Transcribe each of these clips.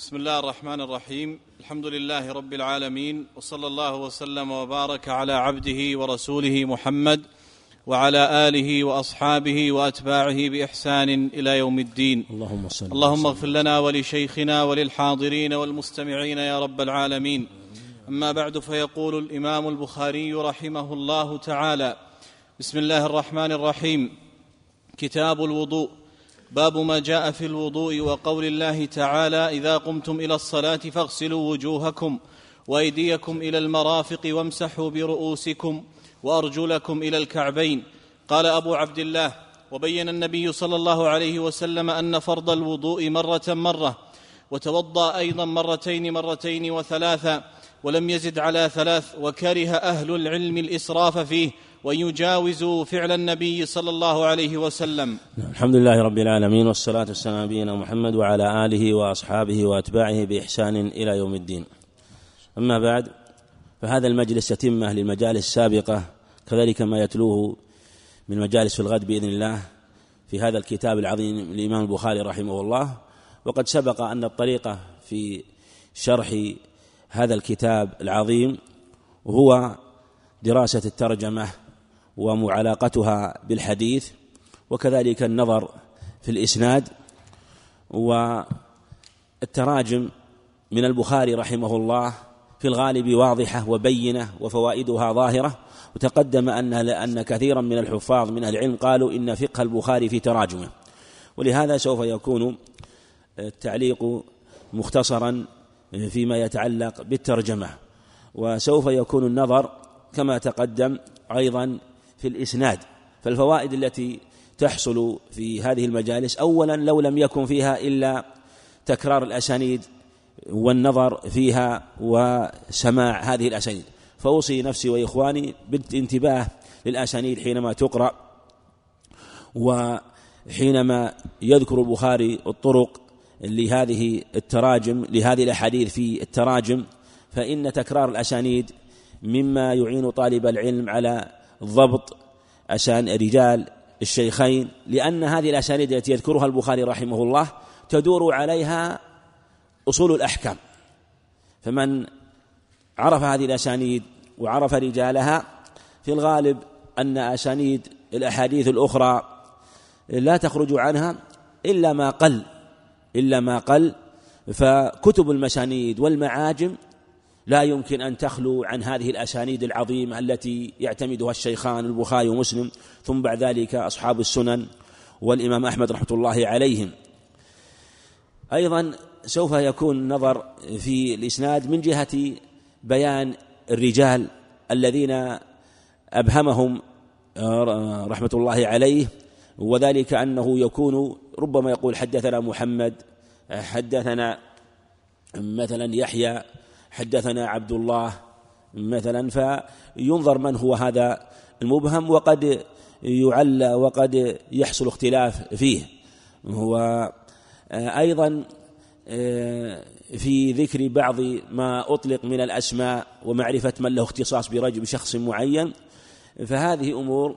بسم الله الرحمن الرحيم. الحمد لله رب العالمين، وصلى الله وسلم وبارك على عبده ورسوله محمد وعلى آله وأصحابه وأتباعه بإحسان إلى يوم الدين. اللهم اغفر لنا ولشيخنا وللحاضرين والمستمعين يا رب العالمين. أما بعد، فيقول الإمام البخاري رحمه الله تعالى: بسم الله الرحمن الرحيم. كتاب الوضوء. باب ما جاء في الوضوء وقول الله تعالى: إذا قمتم إلى الصلاة فاغسلوا وجوهكم وأيديكم إلى المرافق وامسحوا برؤوسكم وأرجلكم إلى الكعبين. قال أبو عبد الله: وبين النبي صلى الله عليه وسلم أن فرض الوضوء مرة، وتوضأ أيضا مرتين وثلاثا، ولم يزد على 3، وكره أهل العلم الإسراف فيه ويجاوزوا فعل النبي صلى الله عليه وسلم. الحمد لله رب العالمين، والصلاة والسلام على نبينا محمد وعلى آله وأصحابه وأتباعه بإحسان إلى يوم الدين. أما بعد، فهذا المجلس تتمة للمجالس السابقة، كذلك ما يتلوه من مجالس في الغد بإذن الله في هذا الكتاب العظيم للإمام البخاري رحمه الله. وقد سبق أن الطريقة في شرح هذا الكتاب العظيم هو دراسة الترجمة ومعلاقتها بالحديث، وكذلك النظر في الإسناد. والتراجم من البخاري رحمه الله في الغالب واضحة وبينة وفوائدها ظاهرة، وتقدم أن كثيرا من الحفاظ من العلم قالوا إن فقه البخاري في تراجمه، ولهذا سوف يكون التعليق مختصرا فيما يتعلق بالترجمة، وسوف يكون النظر كما تقدم أيضا في الإسناد. فالفوائد التي تحصل في هذه المجالس: أولا، لو لم يكن فيها إلا تكرار الأسانيد والنظر فيها وسماع هذه الأسانيد، فأوصي نفسي وإخواني بالانتباه للأسانيد حينما تقرأ، وحينما يذكر البخاري الطرق لهذه التراجم لهذه الأحاديث في التراجم، فإن تكرار الأسانيد مما يعين طالب العلم على ضبط رجال الشيخين، لأن هذه الأسانيد التي يذكرها البخاري رحمه الله تدور عليها أصول الأحكام، فمن عرف هذه الأسانيد وعرف رجالها في الغالب أن أسانيد الأحاديث الأخرى لا تخرج عنها إلا ما قل. فكتب المسانيد والمعاجم لا يمكن أن تخلو عن هذه الأسانيد العظيمة التي يعتمدها الشيخان البخاري ومسلم، ثم بعد ذلك أصحاب السنن والإمام أحمد رحمة الله عليهم. أيضا سوف يكون نظر في الإسناد من جهة بيان الرجال الذين أبهمهم رحمة الله عليه، وذلك أنه يكون ربما يقول حدثنا محمد، حدثنا مثلا يحيى، حدثنا عبد الله مثلا، فينظر من هو هذا المبهم، وقد يعلى وقد يحصل اختلاف فيه. وأيضا في ذكر بعض ما أطلق من الأسماء ومعرفة من له اختصاص بشخص معين، فهذه أمور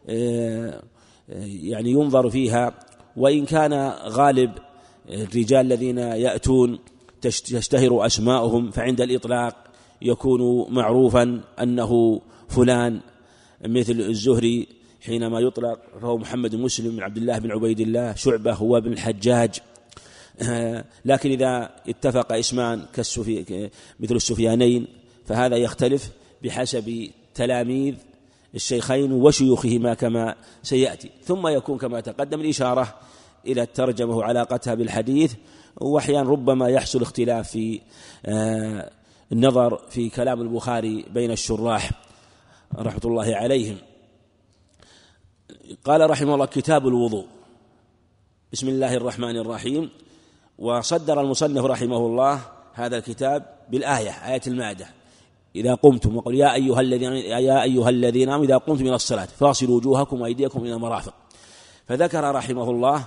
يعني ينظر فيها، وإن كان غالب الرجال الذين يأتون تشتهر أسماؤهم، فعند الإطلاق يكون معروفا أنه فلان، مثل الزهري حينما يطلق فهو محمد مسلم بن عبد الله بن عبيد الله، شعبة هو بن الحجاج. لكن إذا اتفق اسمان مثل السفيانين فهذا يختلف بحسب تلاميذ الشيخين وشيوخهما كما سيأتي. ثم يكون كما تقدم الإشارة إلى الترجمة وعلاقتها بالحديث، وأحيانا ربما يحصل اختلاف في النظر في كلام البخاري بين الشراح رحمة الله عليهم. قال رحمه الله: كتاب الوضوء. بسم الله الرحمن الرحيم. وصدر المصنف رحمه الله هذا الكتاب آية المائدة: إذا قمتم، وقل يا أيها الذين آمنوا إذا قمتم إلى الصلاة فاغسلوا وجوهكم وأيديكم إلى المرافق. فذكر رحمه الله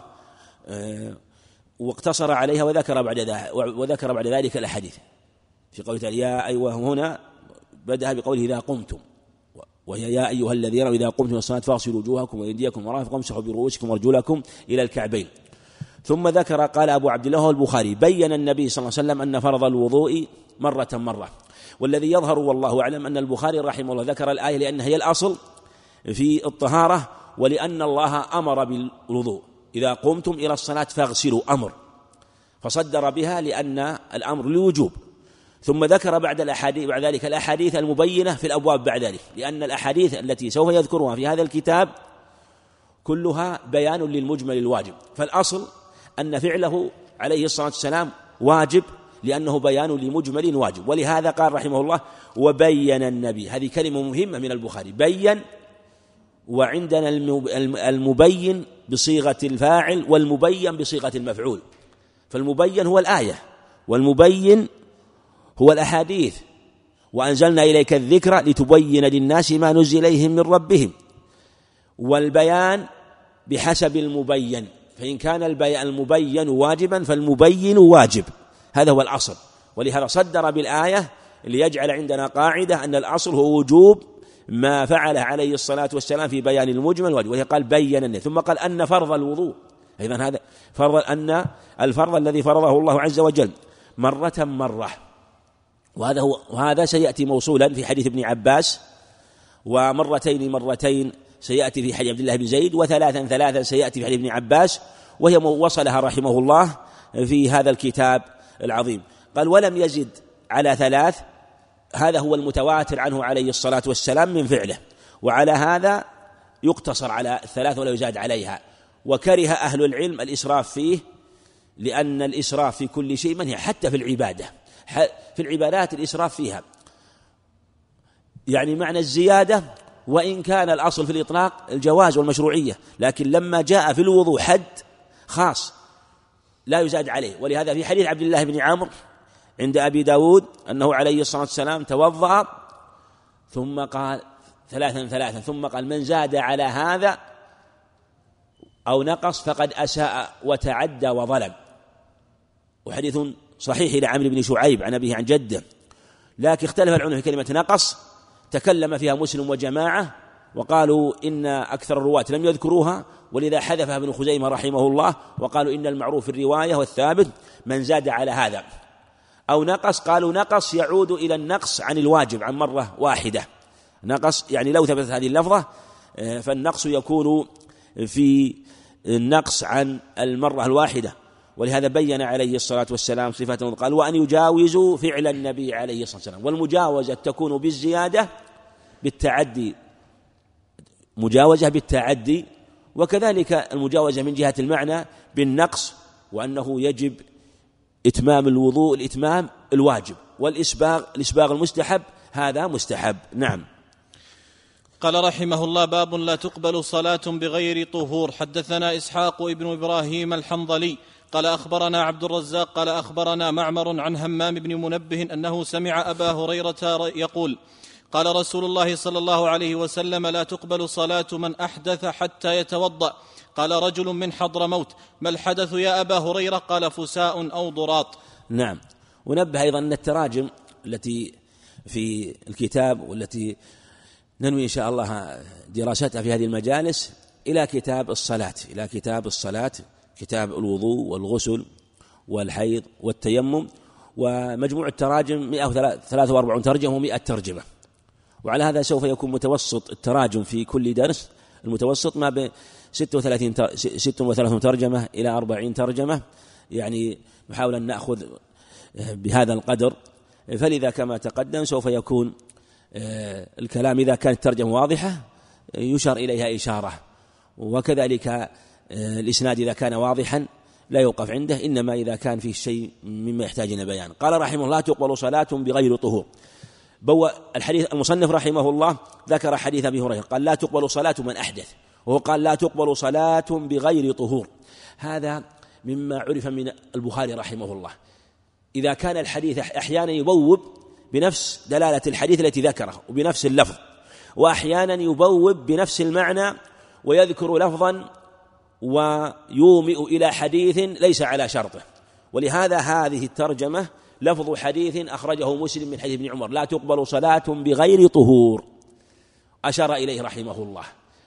واقتصر عليها، وذكر بعد ذلك الأحاديث في قوله تعالى: يا أيها، هنا بدأ بقوله إذا قمتم، وهي يا أيها الذين آمنوا إذا قمتم إلى الصلاة فاغسلوا وجوهكم وأيديكم إلى المرافق وامسحوا برؤوسكم وأرجلكم إلى الكعبين. ثم ذكر قال أبو عبد الله البخاري بين النبي صلى الله عليه وسلم أن فرض الوضوء مرة، والذي يظهر والله أعلم أن البخاري رحمه الله ذكر الآية لأنها هي الأصل في الطهارة، ولأن الله أمر بالوضوء إذا قمتم إلى الصلاة فاغسلوا، أمر، فصدر بها لأن الأمر للوجوب. ثم ذكر بعد ذلك الأحاديث المبينة في الأبواب بعد ذلك، لأن الأحاديث التي سوف يذكرها في هذا الكتاب كلها بيان للمجمل الواجب، فالأصل أن فعله عليه الصلاة والسلام واجب لأنه بيان لمجمل واجب. ولهذا قال رحمه الله وبين النبي، هذه كلمة مهمة من البخاري، بين، وعندنا المبين بصيغة الفاعل والمبين بصيغة المفعول، فالمبين هو الآية والمبين هو الأحاديث، وأنزلنا إليك الذكر لتبين للناس ما نزل إليهم من ربهم، والبيان بحسب المبين، فإن كان المبين واجبا فالمبين واجب، هذا هو الأصل. ولهذا صدر بالآية ليجعل عندنا قاعدة أن الأصل هو وجوب ما فعله عليه الصلاة والسلام في بيان المجمل واجب، وهي قال بيّن، ثم قال أن فرض الوضوء، أيضا هذا فرض، أن الفرض الذي فرضه الله عز وجل مرة، وهذا سيأتي موصولا في حديث ابن عباس، ومرتين سيأتي في حديث عبد الله بن زيد، وثلاثا سيأتي في حديث ابن عباس، وهي وصلها رحمه الله في هذا الكتاب العظيم. قال ولم يزد على 3، هذا هو المتواتر عنه عليه الصلاة والسلام من فعله، وعلى هذا يقتصر على 3 ولا يزاد عليها. وكره أهل العلم الإسراف فيه، لأن الإسراف في كل شيء منهي، حتى في العبادة، في العبادات الإسراف فيها يعني معنى الزيادة، وإن كان الأصل في الإطلاق الجواز والمشروعية، لكن لما جاء في الوضوء حد خاص لا يزاد عليه. ولهذا في حديث عبد الله بن عمرو عند أبي داود أنه عليه الصلاة والسلام توضأ ثم قال 3 ثم قال من زاد على هذا أو نقص فقد أساء وتعدى وظلم، وحديث صحيح إلى عمرو بن شعيب عن أبيه عن جده، لكن اختلف العلماء في كلمة نقص، تكلم فيها مسلم وجماعة وقالوا إن أكثر الرواة لم يذكروها، ولذا حذفها ابن خزيمة رحمه الله، وقالوا إن المعروف في الرواية والثابت من زاد على هذا أو نقص. قالوا نقص يعود إلى النقص عن الواجب عن مرة واحدة، نقص يعني لو ثبتت هذه اللفظة فالنقص يكون في النقص عن المرة الواحدة. ولهذا بين عليه الصلاة والسلام صفاته، قال وأن يجاوزوا فعل النبي عليه الصلاة والسلام، والمجاوزة تكون بالزيادة بالتعدي، مجاوزة بالتعدي، وكذلك المجاوزة من جهة المعنى بالنقص، وأنه يجب إتمام الوضوء الإتمام الواجب، والإسباغ المستحب هذا مستحب. نعم. قال رحمه الله باب لا تقبل صلاة بغير طهور. حدثنا إسحاق ابن إبراهيم الحنظلي قال أخبرنا عبد الرزاق قال أخبرنا معمر عن همام بن منبه أنه سمع أبا هريرة يقول قال رسول الله صلى الله عليه وسلم لا تقبل صلاة من أحدث حتى يتوضأ. قال رجل من حضرموت ما الحدث يا أبا هريرة؟ قال فساء أو ضراط. نعم. ونبه أيضا أن التراجم التي في الكتاب والتي ننوي إن شاء الله دراستها في هذه المجالس إلى كتاب الصلاة، كتاب الوضوء والغسل والحيض والتيمم، ومجموع التراجم 143 ترجمة و100 ترجمة. وعلى هذا سوف يكون متوسط التراجم في كل درس، المتوسط ما بين 36 ترجمة إلى 40 ترجمة، يعني نحاول أن نأخذ بهذا القدر. فلذا كما تقدم سوف يكون الكلام إذا كانت الترجمة واضحة يشار إليها إشارة، وكذلك الإسناد إذا كان واضحا لا يوقف عنده، إنما إذا كان فيه شيء مما يحتاج إلى بيان. قال رحمه الله تقبل صلاة بغير طهور. الحديث المصنف رحمه الله ذكر حديث أبي هريرة قال لا تقبل صلاة من أحدث، وهو قال لا تقبل صلاة بغير طهور. هذا مما عرف من البخاري رحمه الله، إذا كان الحديث أحيانا يبوب بنفس دلالة الحديث التي ذكره وبنفس اللفظ، وأحيانا يبوب بنفس المعنى ويذكر لفظا ويومئ إلى حديث ليس على شرطه. ولهذا هذه الترجمة لفظ حديث أخرجه مسلم من حديث ابن عمر لا تقبل صلاة بغير طهور، أشار إليه رحمه الله،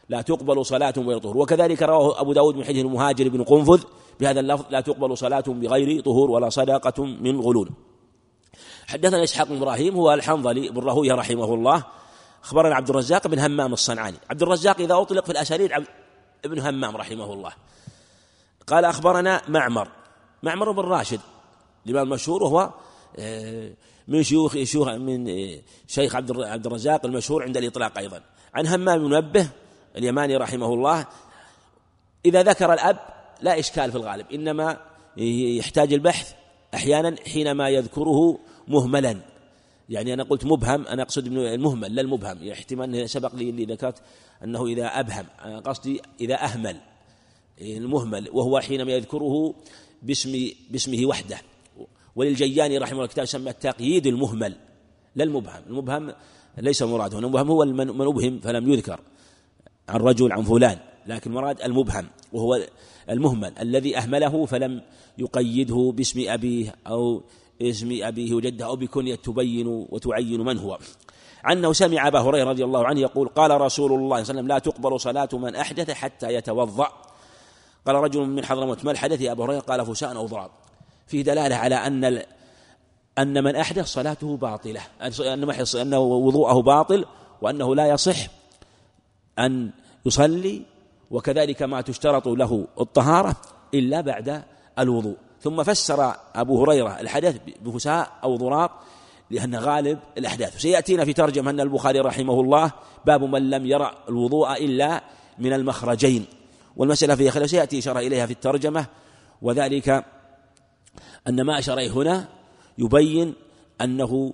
لا تقبل صلاة بغير طهور. وكذلك رواه أبو داود من حديث المهاجر بن قنفذ بهذا اللفظ: لا تقبل صلاة بغير طهور ولا صدقة من غلول. حدثنا إسحاق بن إبراهيم هو الحنظلي بن راهويه رحمه الله. أخبرنا عبد الرزاق بن همام الصنعاني. عبد الرزاق إذا أطلق في الأسانيد ابن همام رحمه الله. قال أخبرنا معمر بن راشد الإمام المشهور، وهو من شيخ عبد الرزاق المشهور عند الإطلاق أيضا، عن همام بن منبه اليماني رحمه الله. إذا ذكر الأب لا إشكال في الغالب، إنما يحتاج البحث أحيانا حينما يذكره مهملا. يعني أنا قلت مبهم، أنا أقصد المهمل لا المبهم. احتمال أن سبق لي اللي ذكرت أنه إذا أبهم، قصدي إذا أهمل المهمل، وهو حينما يذكره باسمه وحده. وللجياني رحمه الله كتاب سمى التقييد المهمل لا المبهم. المبهم ليس مراد هنا، المبهم هو من أبهم فلم يذكر عن رجل عن فلان، لكن مراد المبهم وهو المهمل الذي أهمله فلم يقيده باسم أبيه أو اسم أبيه وجده أو بكنية تبين وتعين من هو. عنه سمع أبا هريرة رضي الله عنه يقول: قال رسول الله صلى الله عليه وسلم: لا تقبل صلاة من أحدث حتى يتوضأ. قال رجل من حضرموت: ما الحدث يا أبا هريرة؟ قال: فساء أو ضراب. فيه دلالة على أن من أحدث صلاته باطلة، أن وضوءه باطل، وأنه لا يصح أن يصلي، وكذلك ما تشترط له الطهارة إلا بعد الوضوء. ثم فسر أبو هريرة الحدث بفساء أو ضراب لأن غالب الأحداث. سيأتينا في ترجمة أن البخاري رحمه الله باب من لم يرى الوضوء إلا من المخرجين، والمسألة فيها خلاف سيأتي إشارة إليها في الترجمة. وذلك أن ما أشار هنا يبين أنه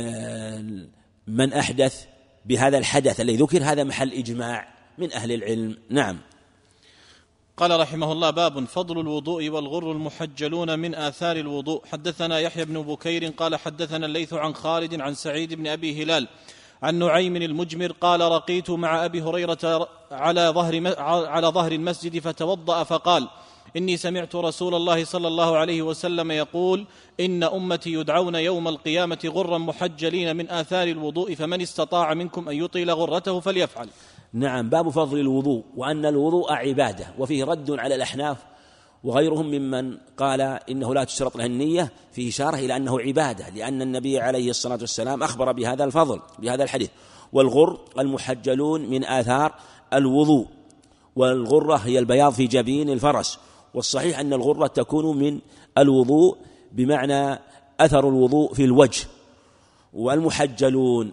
من أحدث بهذا الحدث الذي ذكر هذا محل إجماع من أهل العلم. نعم. قال رحمه الله: باب فضل الوضوء والغر المحجلون من آثار الوضوء. حدثنا يحيى بن بكير قال حدثنا الليث عن خالد عن سعيد بن أبي هلال عن نعيم المجمر قال: رقيت مع أبي هريرة على ظهر المسجد فتوضأ فقال: إني سمعت رسول الله صلى الله عليه وسلم يقول: إن أمتي يدعون يوم القيامة غرا محجلين من آثار الوضوء، فمن استطاع منكم أن يطيل غرته فليفعل. نعم. باب فضل الوضوء وأن الوضوء عبادة، وفيه رد على الأحناف وغيرهم ممن قال إنه لا تشترط له النية، في إشارة إلى أنه عبادة، لأن النبي عليه الصلاة والسلام أخبر بهذا الفضل بهذا الحديث. والغر المحجلون من آثار الوضوء، والغرة هي البياض في جبين الفرس، والصحيح أن الغرة تكون من الوضوء بمعنى أثر الوضوء في الوجه. والمحجلون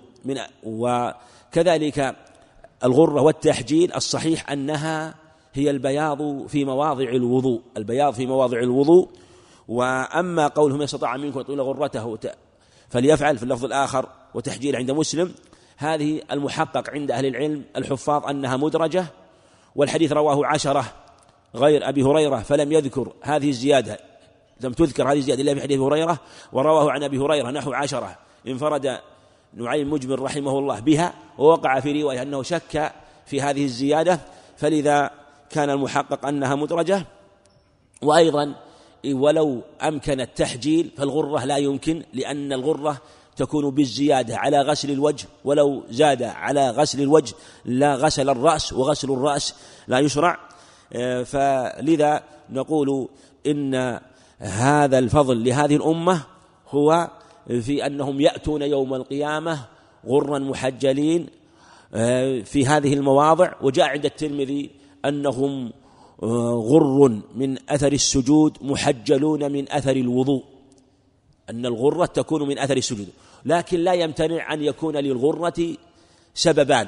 وكذلك الغرة والتحجيل الصحيح أنها هي البياض في مواضع الوضوء، البياض في مواضع الوضوء. وأما قولهم يستطاع منكم يطيل غرته فليفعل في اللفظ الآخر وتحجيل عند مسلم، هذه المحقق عند أهل العلم الحفاظ أنها مدرجة، والحديث رواه 10 غير أبي هريرة فلم يذكر هذه الزيادة، لم تذكر هذه الزيادة إلا في حديث هريرة، ورواه عن أبي هريرة نحو 10 انفرد نعيم مجمر رحمه الله بها، ووقع في رواية أنه شك في هذه الزيادة، فلذا كان المحقق أنها مدرجة. وأيضا ولو أمكن التحجيل فالغرة لا يمكن، لأن الغرة تكون بالزيادة على غسل الوجه، ولو زاد على غسل الوجه لا غسل الرأس، وغسل الرأس لا يشرع. فلذا نقول إن هذا الفضل لهذه الأمة هو في أنهم يأتون يوم القيامة غرا محجلين في هذه المواضع. وجاء عند الترمذي أنهم غر من أثر السجود محجلون من أثر الوضوء، أن الغرة تكون من أثر السجود، لكن لا يمتنع أن يكون للغرة سببان: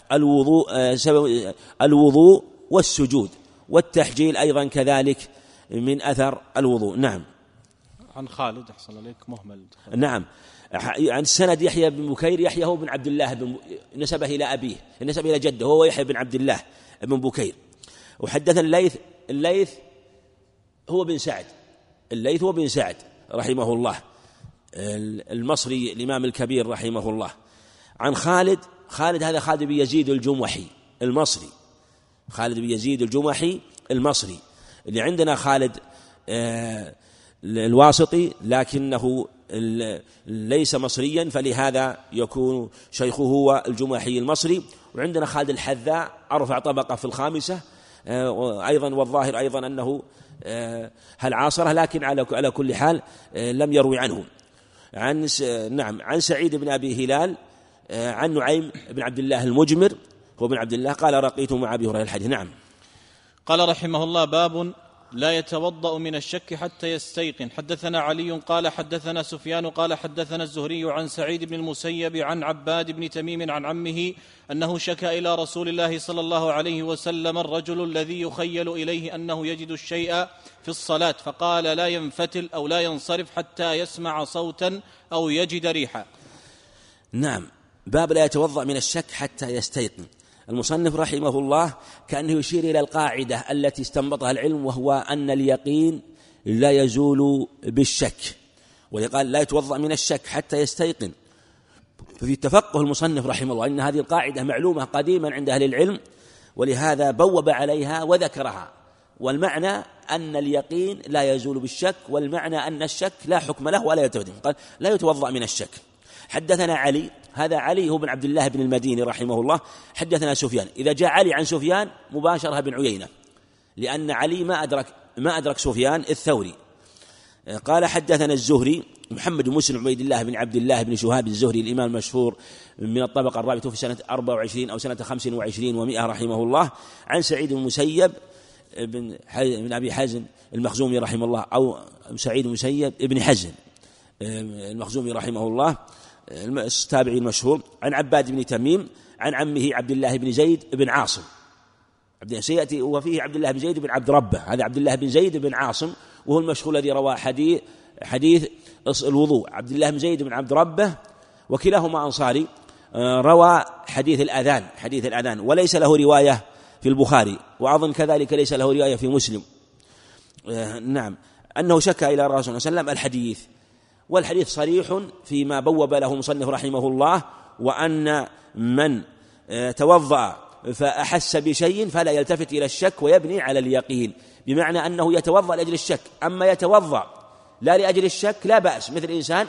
الوضوء والسجود، والتحجيل أيضا كذلك من أثر الوضوء. نعم. عن خالد أحسن عليك مهمل. نعم. عن السند يحيى بن بكير، يحيى هو بن عبد الله نسبه إلى أبيه، نسبه إلى جده، هو يحيى بن عبد الله بن بكير. وحدثنا الليث هو بن سعد، الليث هو بن سعد رحمه الله المصري الإمام الكبير رحمه الله. عن خالد هذا خالد بن يزيد الجمحي المصري، خالد بن يزيد الجمحي المصري. اللي عندنا خالد الواسطي لكنه ليس مصريا، فلهذا يكون شيخه هو الجماحي المصري. وعندنا خالد الحذاء أرفع طبقة في الخامسة أيضا، والظاهر أيضا أنه هل عاصره، لكن على كل حال لم يروي عنه. عن سعيد بن أبي هلال عن نعيم بن عبد الله المجمر هو بن عبد الله قال رقيت مع أبي هريرة الحديث. نعم. قال رحمه الله: باب لا يتوضأ من الشك حتى يستيقن. حدثنا علي قال حدثنا سفيان قال حدثنا الزهري عن سعيد بن المسيب عن عباد بن تميم عن عمه أنه شكى إلى رسول الله صلى الله عليه وسلم الرجل الذي يخيل إليه أنه يجد الشيء في الصلاة، فقال: لا ينفتل أو لا ينصرف حتى يسمع صوتا أو يجد ريحا. نعم. باب لا يتوضأ من الشك حتى يستيقن. المصنف رحمه الله كأنه يشير إلى القاعدة التي استنبطها العلم، وهو أن اليقين لا يزول بالشك، ولقال لا يتوضأ من الشك حتى يستيقن. ففي تفقه المصنف رحمه الله أن هذه القاعدة معلومة قديما عند أهل العلم، ولهذا بوب عليها وذكرها. والمعنى أن اليقين لا يزول بالشك، والمعنى أن الشك لا حكم له ولا يتوضأ. قال لا يتوضأ من الشك. حدثنا علي، هذا علي هو بن عبد الله بن المديني رحمه الله. حدثنا سفيان، إذا جاء علي عن سفيان مباشرة بن عيينة، لأن علي ما أدرك سفيان الثوري. قال حدثنا الزهري محمد بن مسلم عبيد الله بن عبد الله بن شهاب الزهري الإمام المشهور من الطبقة الرابعة في سنة 24 أو سنة 25 و100 رحمه الله. عن سعيد بن المسيب بن أبي حزن المخزومي رحمه الله، أو سعيد بن المسيب ابن حزن المخزومي رحمه الله التابعي المشهور. عن عباد بن تميم عن عمه عبد الله بن زيد بن عاصم. سيأتي وفيه عبد الله بن زيد بن عبد ربه، هذا عبد الله بن زيد بن عاصم وهو المشهور الذي روى حديث الوضوء. عبد الله بن زيد بن عبد ربه وكلاهما أنصاري، روى حديث الأذان وليس له رواية في البخاري، وأظن كذلك ليس له رواية في مسلم. نعم. أنه شكى إلى الرسول صلى الله عليه وسلم الحديث، والحديث صريح فيما بوب له مصنف رحمه الله، وأن من توضأ فأحس بشيء فلا يلتفت إلى الشك ويبني على اليقين، بمعنى أنه يتوضأ لأجل الشك. أما يتوضأ لا لأجل الشك لا بأس، مثل إنسان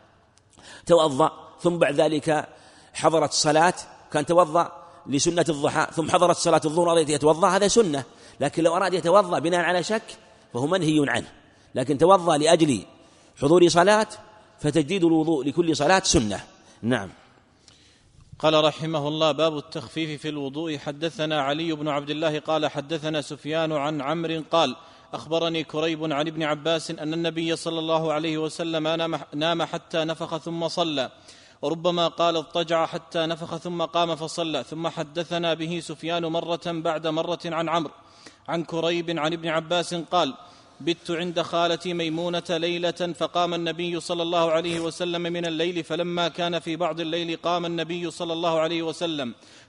توضأ ثم بعد ذلك حضرت الصلاة، كان توضأ لسنة الضحى ثم حضرت صلاة الظهر أراد يتوضأ، هذا سنة. لكن لو أراد يتوضأ بناء على شك فهو منهي عنه. لكن توضأ لأجل حضور صلاة فتجديد الوضوء لكل صلاة سنة. نعم. قال رحمه الله: باب التخفيف في الوضوء. حدثنا علي بن عبد الله قال حدثنا سفيان عن عمرو قال أخبرني كريب عن ابن عباس أن النبي صلى الله عليه وسلم نام حتى نفخ ثم صلى، وربما قال اضطجع حتى نفخ ثم قام فصلى. ثم حدثنا به سفيان مرة بعد مرة عن عمرو عن كريب عن ابن عباس قال: بت عند خالتي ميمونة ليلة، فقام النبي صلى الله عليه وسلم من الليل، فلما كان في بعض الليل قام النبي صلى الله عليه وسلم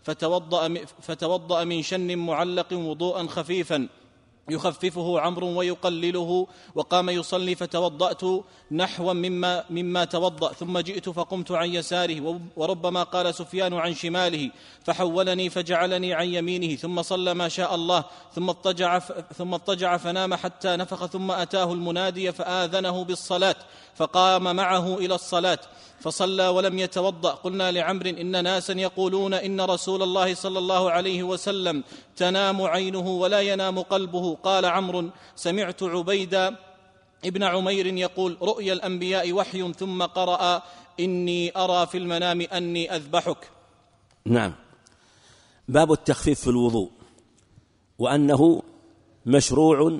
فتوضأ من شن معلق وضوءا خفيفا يخففه عمرو ويقلله، وقام يصلي، فتوضأت نحوا مما توضأ، ثم جئت فقمت عن يساره، وربما قال سفيان عن شماله، فحولني فجعلني عن يمينه، ثم صلى ما شاء الله، ثم اضطجع فنام حتى نفخ، ثم أتاه المنادي فآذنه بالصلاة، فقام معه إلى الصلاة فصلى ولم يتوضأ. قلنا لعمرو: إن ناسا يقولون إن رسول الله صلى الله عليه وسلم تنام عينه ولا ينام قلبه. قال عمرو: سمعت عبيد ابن عمير يقول: رؤيا الأنبياء وحي، ثم قرأ: إني أرى في المنام أني أذبحك. نعم. باب التخفيف في الوضوء، وأنه مشروع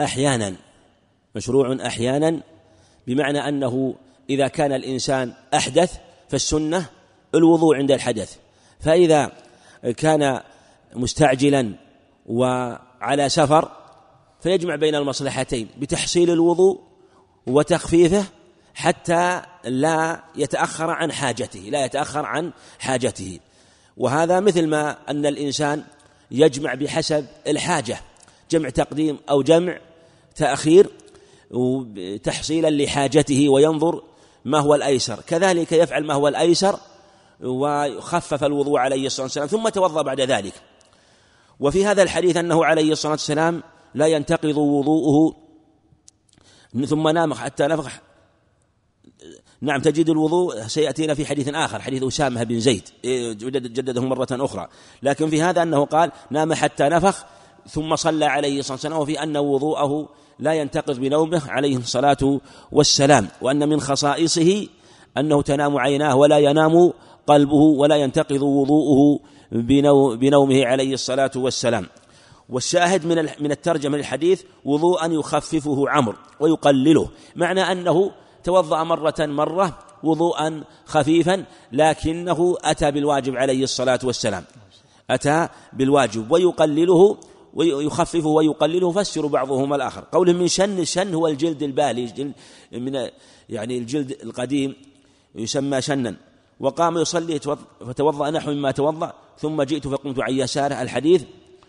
أحيانا، بمعنى أنه إذا كان الإنسان أحدث فالسنة الوضوء عند الحدث، فإذا كان مستعجلا وعلى سفر فيجمع بين المصلحتين بتحصيل الوضوء وتخفيفه حتى لا يتأخر عن حاجته. وهذا مثل ما أن الإنسان يجمع بحسب الحاجة، جمع تقديم أو جمع تأخير تحصيلا لحاجته، وينظر ما هو الأيسر، كذلك يفعل ما هو الأيسر وخفف الوضوء عليه الصلاة والسلام ثم توضأ بعد ذلك. وفي هذا الحديث أنه عليه الصلاة والسلام لا ينتقض وضوءه ثم نام حتى نفخ. نعم، تجد الوضوء سيأتينا في حديث آخر، حديث أسامة بن زيد جدده مرة أخرى، لكن في هذا أنه قال نام حتى نفخ ثم صلى عليه الصلاة والسلام، وفي أن وضوءه لا ينتقض بنومه عليه الصلاة والسلام، وأن من خصائصه أنه تنام عيناه ولا ينام قلبه ولا ينتقض وضوءه بنومه عليه الصلاة والسلام. والشاهد من الترجمة الحديث وضوءا يخففه عمرو ويقلله، معنى أنه توضأ مرة وضوءا خفيفا، لكنه أتى بالواجب عليه الصلاة والسلام، أتى بالواجب ويقلله ويخففه ويقلله. فسروا بعضهم الآخر قوله من شن، الشن هو الجلد البالي، يعني الجلد القديم يسمى شنا. وقام يصلي فتوضأ نحو مما توضأ ثم جئت فقمت عن يساره، الحديث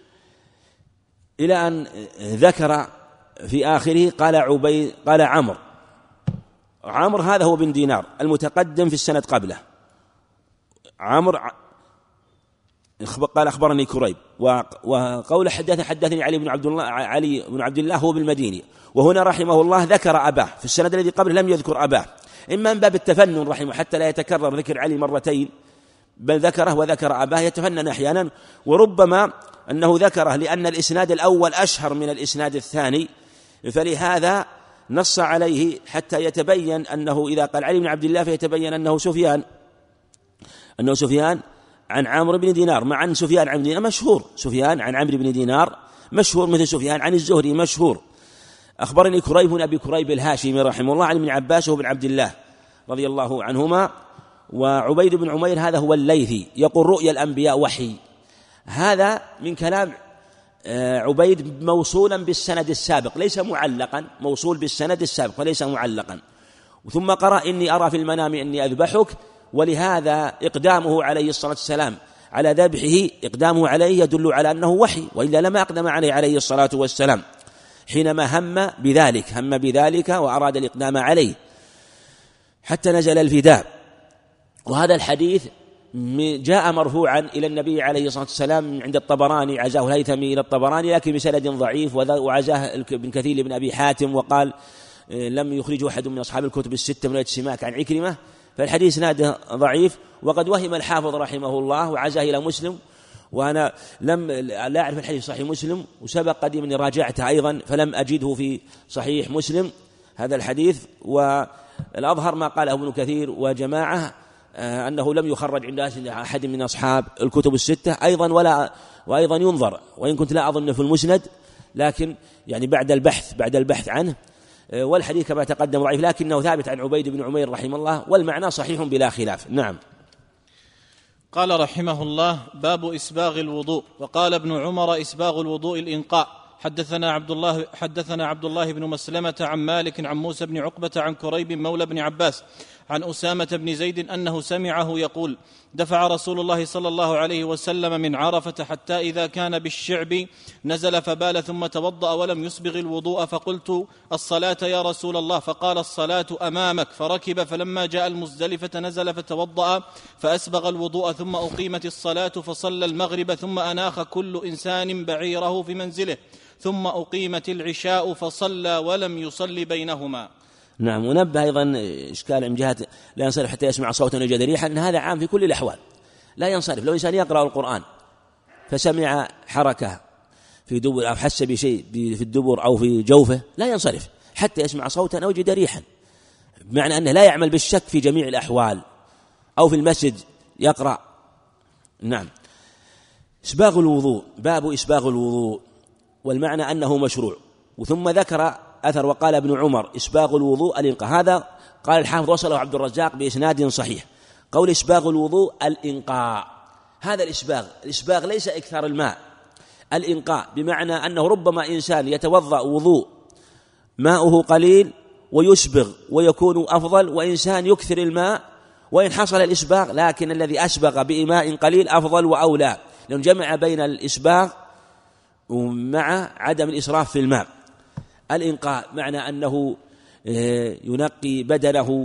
إلى أن ذكر في آخره قال عمرو هذا هو بن دينار المتقدم في السند قبله. عمرو قال أخبرني كريب، وقول حدثني علي بن عبد الله هو بالمديني. وهنا رحمه الله ذكر أباه، في السند الذي قبله لم يذكر أباه، إما من باب التفنن رحمه حتى لا يتكرر ذكر علي مرتين، بل ذكره وذكر أباه، يتفنن أحيانا، وربما أنه ذكره لأن الإسناد الأول أشهر من الإسناد الثاني، فلهذا نص عليه حتى يتبين أنه إذا قال علي بن عبد الله فيتبين أنه سفيان عن عمرو بن دينار، مع أن سفيان عن دينار مشهور، سفيان عن عمرو بن دينار مشهور، مثل سفيان عن الزهري مشهور. أخبرني كريب بن أبي كريب الهاشمي رحمه الله عن ابن عباس وابن عبد الله رضي الله عنهما. وعبيد بن عمير هذا هو الليثي يقول رؤيا الأنبياء وحي، هذا من كلام عبيد موصولا بالسند السابق ليس معلقا، موصول بالسند السابق وليس معلقا. ثم قرأ إني أرى في المنام إني أذبحك، ولهذا إقدامه عليه الصلاة والسلام على ذبحه إقدامه عليه يدل على أنه وحي، وإلا لما أقدم عليه الصلاة والسلام حينما هم بذلك وأراد الإقدام عليه حتى نزل الفداء. وهذا الحديث جاء مرفوعا إلى النبي عليه الصلاة والسلام عند الطبراني، عزاه الهيثمي إلى الطبراني لكن بسند ضعيف، وعزاه ابن كثير بن أبي حاتم، وقال لم يخرجه أحد من أصحاب الكتب الستة من السماك عن عكرمة، فالحديث ناده ضعيف. وقد وهم الحافظ رحمه الله وعزاه إلى مسلم، وأنا لا أعرف الحديث صحيح مسلم، وسبق قديم أني راجعته أيضا فلم أجده في صحيح مسلم هذا الحديث. والأظهر ما قاله ابن كثير وجماعة أنه لم يخرج عند أحد من أصحاب الكتب الستة أيضا، وأيضا ينظر، وإن كنت لا أظن في المسند، لكن يعني بعد البحث عنه. والحديث كما تقدم ضعيف، لكنه ثابت عن عبيد بن عمير رحمه الله، والمعنى صحيح بلا خلاف. نعم. قال رحمه الله: باب إسباغ الوضوء. وقال ابن عمر: إسباغ الوضوء الإنقاء. حدثنا عبد الله بن مسلمة عن مالك عن موسى بن عقبة عن كريب مولى بن عباس عن أسامة بن زيد أنه سمعه يقول: دفع رسول الله صلى الله عليه وسلم من عرفة حتى إذا كان بالشعب نزل فبال ثم توضأ ولم يسبغ الوضوء، فقلت: الصلاة يا رسول الله؟ فقال: الصلاة أمامك. فركب، فلما جاء المزدلفة نزل فتوضأ فأسبغ الوضوء، ثم أقيمت الصلاة فصلى المغرب، ثم أناخ كل إنسان بعيره في منزله، ثم أقيمت العشاء فصلى ولم يصلي بينهما. نعم. ونبه أيضا إشكال من جهة لا ينصرف حتى يسمع صوتا ويجد ريحا، أن هذا عام في كل الأحوال، لا ينصرف. لو إنسان يقرأ القرآن فسمع حركة في دبر أو حس بشيء في الدبر أو في جوفه لا ينصرف حتى يسمع صوتا أو يجد ريحا، بمعنى أنه لا يعمل بالشك في جميع الأحوال، أو في المسجد يقرأ. نعم. إسباغ الوضوء، باب إسباغ الوضوء، والمعنى أنه مشروع. وثم ذكر أثر وقال ابن عمر: إسباغ الوضوء الإنقاء. هذا قال الحافظ وصله عبد الرزاق بإسناد صحيح. قول إسباغ الوضوء الإنقاء، هذا الإسباغ ليس إكثار الماء، الإنقاء بمعنى أنه ربما إنسان يتوضأ وضوء ماؤه قليل ويسبغ ويكون أفضل، وإنسان يكثر الماء وإن حصل الإسباغ، لكن الذي أسبغ بماء قليل أفضل وأولى، لأن جمع بين الإسباغ ومع عدم الإسراف في الماء. الإنقاء معنى أنه ينقي بدنه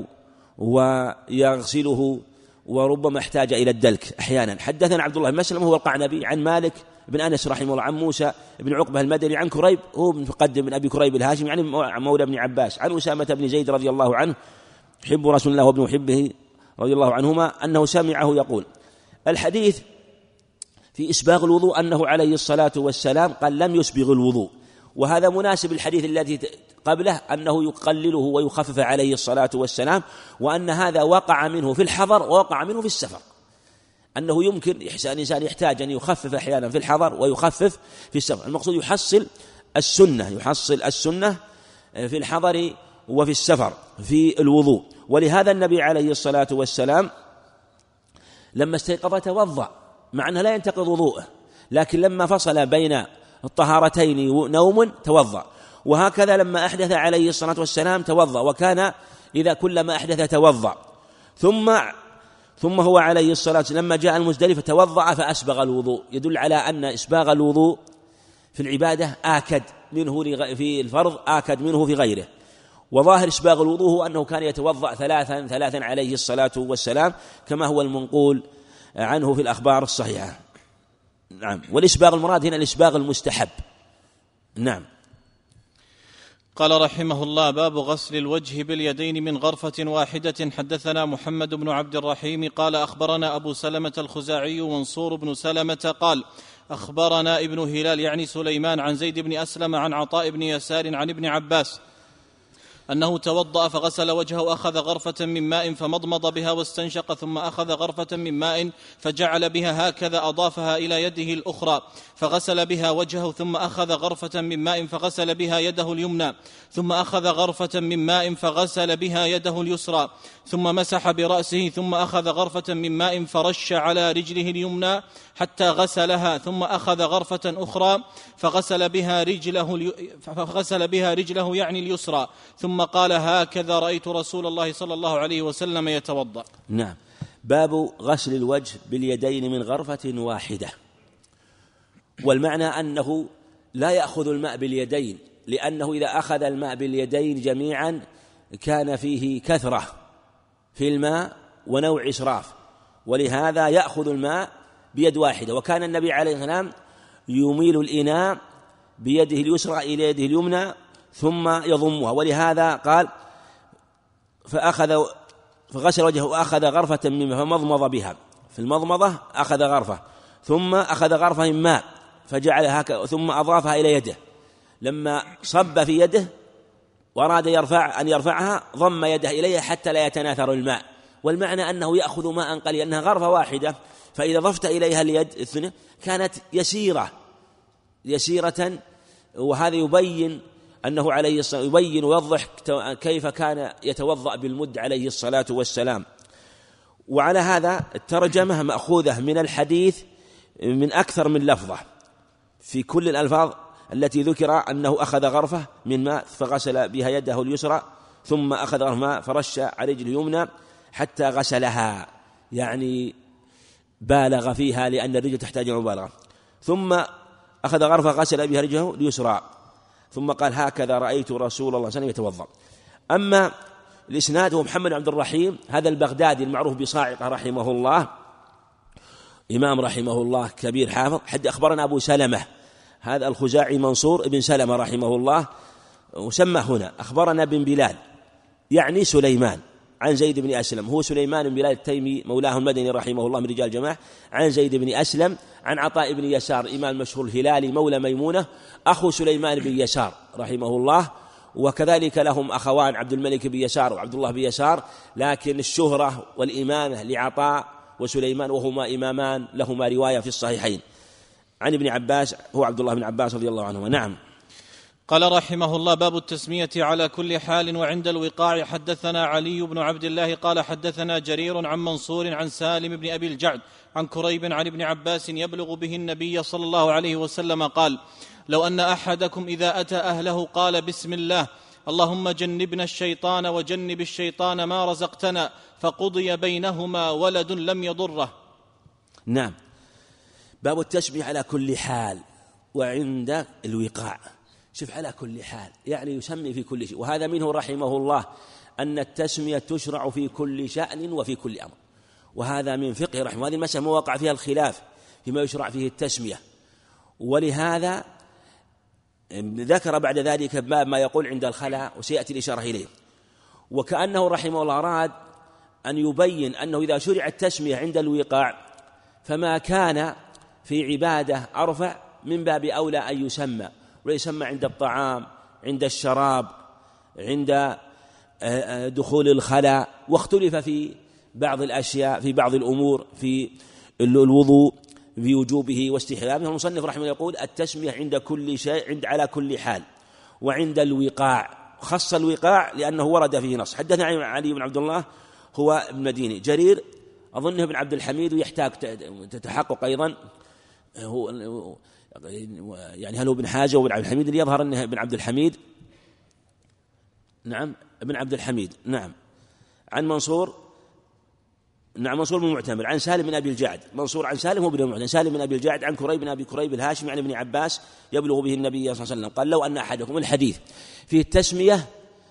ويغسله، وربما احتاج إلى الدلك أحيانا. حدثنا عبد الله بن مسلم هو القعنبي عن مالك بن أنس رحمه الله عن موسى بن عقبة المدني عن كريب هو مقدم من أبي كريب الهاشمي يعني مولى ابن عباس عن أسامة بن زيد رضي الله عنه حب رسول الله وابن حبه رضي الله عنهما أنه سمعه يقول. الحديث في إسباغ الوضوء أنه عليه الصلاة والسلام قال لم يسبغ الوضوء، وهذا مناسب الحديث الذي قبله أنه يقلله ويخفف عليه الصلاة والسلام، وأن هذا وقع منه في الحضر ووقع منه في السفر، أنه يمكن الإنسان يحتاج أن يخفف أحيانا في الحضر ويخفف في السفر. المقصود يحصل السنة في الحضر وفي السفر في الوضوء. ولهذا النبي عليه الصلاة والسلام لما استيقظ توضأ، مع أنه لا ينتقض وضوءه، لكن لما فصل بين الطهارتين نوم توضأ. وهكذا لما أحدث عليه الصلاة والسلام توضأ، وكان إذا كلما أحدث توضأ. ثم هو عليه الصلاة والسلام لما جاء المزدلفة توضأ فأسبغ الوضوء، يدل على أن إسباغ الوضوء في العبادة آكد منه في الفرض آكد منه في غيره. وظاهر إسباغ الوضوء هو أنه كان يتوضأ ثلاثا عليه الصلاة والسلام كما هو المنقول عنه في الأخبار الصحيحة. نعم. والإسباغ المراد هنا الإسباغ المستحب. نعم. قال رحمه الله: باب غسل الوجه باليدين من غرفة واحدة. حدثنا محمد بن عبد الرحيم قال أخبرنا أبو سلمة الخزاعي منصور بن سلمة قال أخبرنا ابن هلال يعني سليمان عن زيد بن أسلم عن عطاء بن يسار عن ابن عباس أنه توضأ فغسل وجهه وأخذ غرفة من ماء فمضمض بها واستنشق، ثم أخذ غرفة من ماء فجعل بها هكذا أضافها إلى يده الأخرى فغسل بها وجهه، ثم أخذ غرفة من ماء فغسل بها يده اليمنى، ثم أخذ غرفة من ماء فغسل بها يده اليسرى، ثم مسح برأسه، ثم أخذ غرفة من ماء فرش على رجله اليمنى حتى غسلها، ثم أخذ غرفة أخرى فغسل بها رجله يعني اليسرى، ثم قال: هكذا رأيت رسول الله صلى الله عليه وسلم يتوضأ. نعم. باب غسل الوجه باليدين من غرفة واحدة. والمعنى أنه لا يأخذ الماء باليدين، لأنه إذا أخذ الماء باليدين جميعا كان فيه كثرة في الماء ونوع إسراف، ولهذا يأخذ الماء بيد واحدة. وكان النبي عليه الصلاة والسلام يميل الإناء بيده اليسرى إلى يده اليمنى ثم يضمها، ولهذا قال: فغسل وجهه وأخذ غرفة منها فمضمض بها. في المضمضة أخذ غرفة، ثم أخذ غرفة من ماء فجعلها هكذا، ثم أضافها إلى يده. لما صب في يده وأراد أن يرفعها ضم يده إليها حتى لا يتناثر الماء. والمعنى أنه يأخذ ماء قليلا، أنها غرفة واحدة، فإذا ضفت إليها اليد الثانية كانت يسيرة. وهذا يبين أنه عليه الصلاة يبين ويوضح كيف كان يتوضأ بالمد عليه الصلاة والسلام. وعلى هذا الترجمة مأخوذة من الحديث من أكثر من لفظة، في كل الألفاظ التي ذكر أنه أخذ غرفة من ماء فغسل بها يده اليسرى، ثم أخذ غرفة ماء فرش على رجله اليمنى حتى غسلها، يعني بالغ فيها لأن الرجل تحتاج مبالغة، ثم أخذ غرفة غسل بها رجله اليسرى، ثم قال: هكذا رأيت رسول الله صلى الله عليه وسلم يتوضأ. أما الإسناد هو محمد عبد الرحيم هذا البغدادي المعروف بصاعقة رحمه الله، إمام رحمه الله كبير حافظ. حد أخبرنا أبو سلمة هذا الخزاعي منصور ابن سلمة رحمه الله، وسمى هنا أخبرنا بن بلال يعني سليمان عن زيد بن أسلم، هو سليمان بن بلال التيمي مولاه المدني رحمه الله من رجال جماعة، عن زيد بن أسلم عن عطاء بن يسار إمام مشهور الهلالي مولى ميمونة أخو سليمان بن يسار رحمه الله. وكذلك لهم أخوان عبد الملك بن يسار وعبد الله بن يسار، لكن الشهرة والإمامة لعطاء وسليمان، وهما إمامان لهما رواية في الصحيحين عن ابن عباس هو عبد الله بن عباس رضي الله عنهما. نعم. قال رحمه الله: باب التسمية على كل حال وعند الوقاع. حدثنا علي بن عبد الله قال حدثنا جرير عن منصور عن سالم بن أبي الجعد عن كريب عن ابن عباس يبلغ به النبي صلى الله عليه وسلم قال: لو أن أحدكم إذا أتى أهله قال: بسم الله اللهم جنبنا الشيطان وجنب الشيطان ما رزقتنا، فقضي بينهما ولد لم يضره. نعم. باب التسمية على كل حال وعند الوقاع. شوف، على كل حال يعني يسمي في كل شيء، وهذا منه رحمه الله أن التسمية تشرع في كل شأن وفي كل أمر، وهذا من فقه رحمه. هذه المسألة ما وقع فيها الخلاف فيما يشرع فيه التسمية، ولهذا ذكر بعد ذلك باب ما يقول عند الخلاء، وسيأتي الإشارة إليه. وكأنه رحمه الله أراد أن يبين أنه إذا شرع التسمية عند الوقاع فما كان في عبادة أرفع من باب أولى أن يسمى، ويسمى عند الطعام، عند الشراب، عند دخول الخلاء. واختلف في بعض الأشياء، في بعض الأمور، في الوضوء بوجوبه واستحبابه. المصنف رحمه الله يقول التسمية عند كل شيء، على كل حال. وعند الوقاع خص الوقاع لأنه ورد فيه نص. حدثنا علي بن عبد الله هو ابن مديني، جرير أظنه ابن عبد الحميد، ويحتاج تتحقق أيضا هو يعني هل هو ابن حاجة وابن عبد الحميد، اللي يظهر أنه ابن عبد الحميد. نعم ابن عبد الحميد. نعم. عن منصور، نعم منصور بن معتمر، عن سالم بن أبي الجعد. منصور عن سالم بن معتمر، سالم بن أبي الجعد عن كريب بن أبي كريب الهاشمي عن ابن عباس يبلغ به النبي صلى الله عليه وسلم قال لو أن أحدكم، الحديث فيه التسمية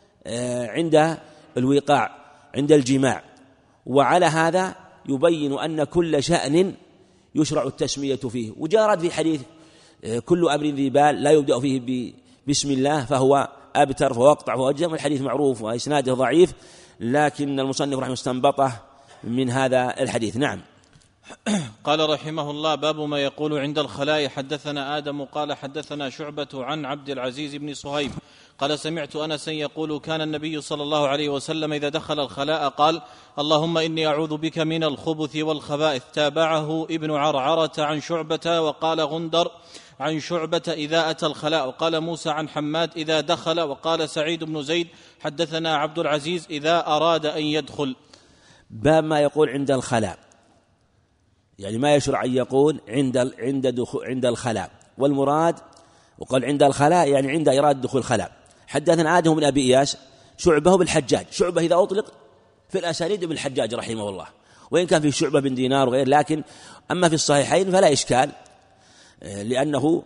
عند الوقاع، عند الجماع. وعلى هذا يبين أن كل شأن يشرع التسمية فيه. وجارت في حديث كل أمر ذي بال لا يبدأ فيه بسم الله فهو أبتر فهو أقطع فهو أجزم. الحديث معروف وإسناده ضعيف، لكن المصنف رحمه استنبطه من هذا الحديث. نعم. قال رحمه الله: باب ما يقول عند الخلاء. حدثنا آدم قال حدثنا شعبة عن عبد العزيز بن صهيب قال سمعت أنسا يقول كان النبي صلى الله عليه وسلم إذا دخل الخلاء قال: اللهم إني أعوذ بك من الخبث والخبائث. تابعه ابن عرعرة عن شعبة، وقال غندر عن شعبة إذا أتى الخلاء، وقال موسى عن حماد إذا دخل، وقال سعيد بن زيد حدثنا عبد العزيز إذا أراد أن يدخل. باب ما يقول عند الخلاء، يعني ما يشرع أن يقول عند الخلاء. والمراد وقال عند الخلاء يعني عند إرادة دخول الخلاء. حدثنا آدم بن أبي إياس شعبه بالحجاج. شعبة إذا أطلق في الأسانيد بالحجاج رحمه الله، وإن كان في شعبة بن دينار وغير، لكن أما في الصحيحين فلا إشكال لأنه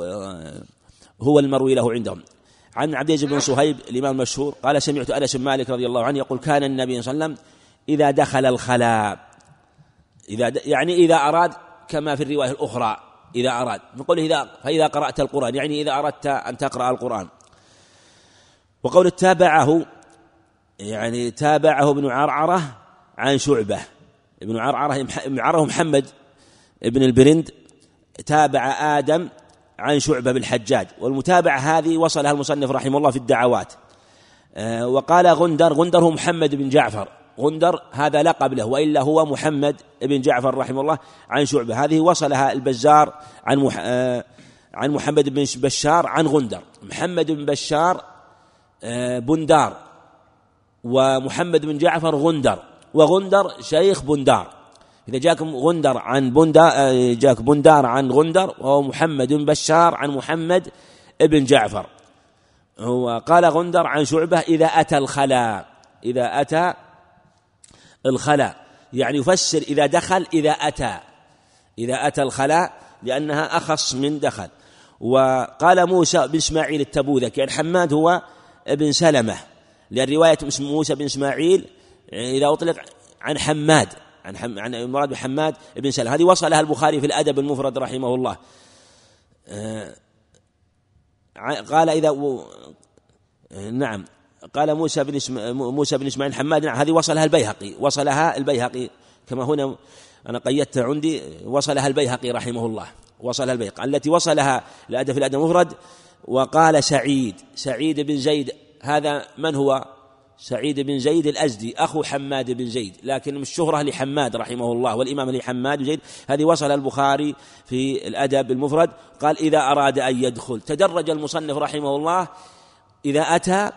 هو المروي له عندهم. عن عبد العزيز بن صهيب الإمام المشهور قال سمعت أنس بن مالك رضي الله عنه يقول كان النبي صلى الله عليه وسلم إذا دخل الخلاء، يعني إذا أراد، كما في الرواية الأخرى إذا أراد، نقول فإذا قرأت القرآن، يعني إذا أردت أن تقرأ القرآن. وقول تابعه يعني تابعه ابن عرعرة عن شعبة. ابن عرعرة محمد ابن البرند تابع آدم عن شعبة بالحجاج، والمتابعة هذه وصلها المصنف رحمه الله في الدعوات. وقال غندر هو محمد بن جعفر، غندر هذا لقب له، وإلا هو محمد بن جعفر رحمه الله عن شعبة. هذه وصلها البزار عن محمد بن بشار عن غندر. محمد بن بشار بندار، ومحمد بن جعفر غندر، وغندر شيخ بندار. إذا جاكم غندر عن بندار جاك بندار عن غندر، وهو محمد بن بشار عن محمد بن جعفر. هو قال غندر عن شعبة إذا أتى الخلاء، إذا أتى الخلاء يعني يفسر إذا دخل، إذا أتى الخلاء، لأنها أخص من دخل. وقال موسى بن إسماعيل التبوذكي يعني حماد هو ابن سلمة، لأن رواية موسى بن إسماعيل إذا أطلق عن حماد، عن المراد بحماد بن سلمة. هذه وصلها البخاري في الأدب المفرد رحمه الله. قال إذا نعم قال موسى بن إسماعيل حماد، نعم هذه وصلها البيهقي كما هنا أنا قيدت عندي، وصلها البيهقي رحمه الله، وصلها البيهقي التي وصلها الأدب في الأدب المفرد. وقال سعيد بن زيد، هذا من هو؟ سعيد بن زيد الأزدي أخو حماد بن زيد، لكن الشهرة لحماد رحمه الله، والإمام لحماد بن زيد. هذه وصل البخاري في الأدب المفرد. قال إذا أراد أن يدخل. تدرج المصنف رحمه الله إذا أتى،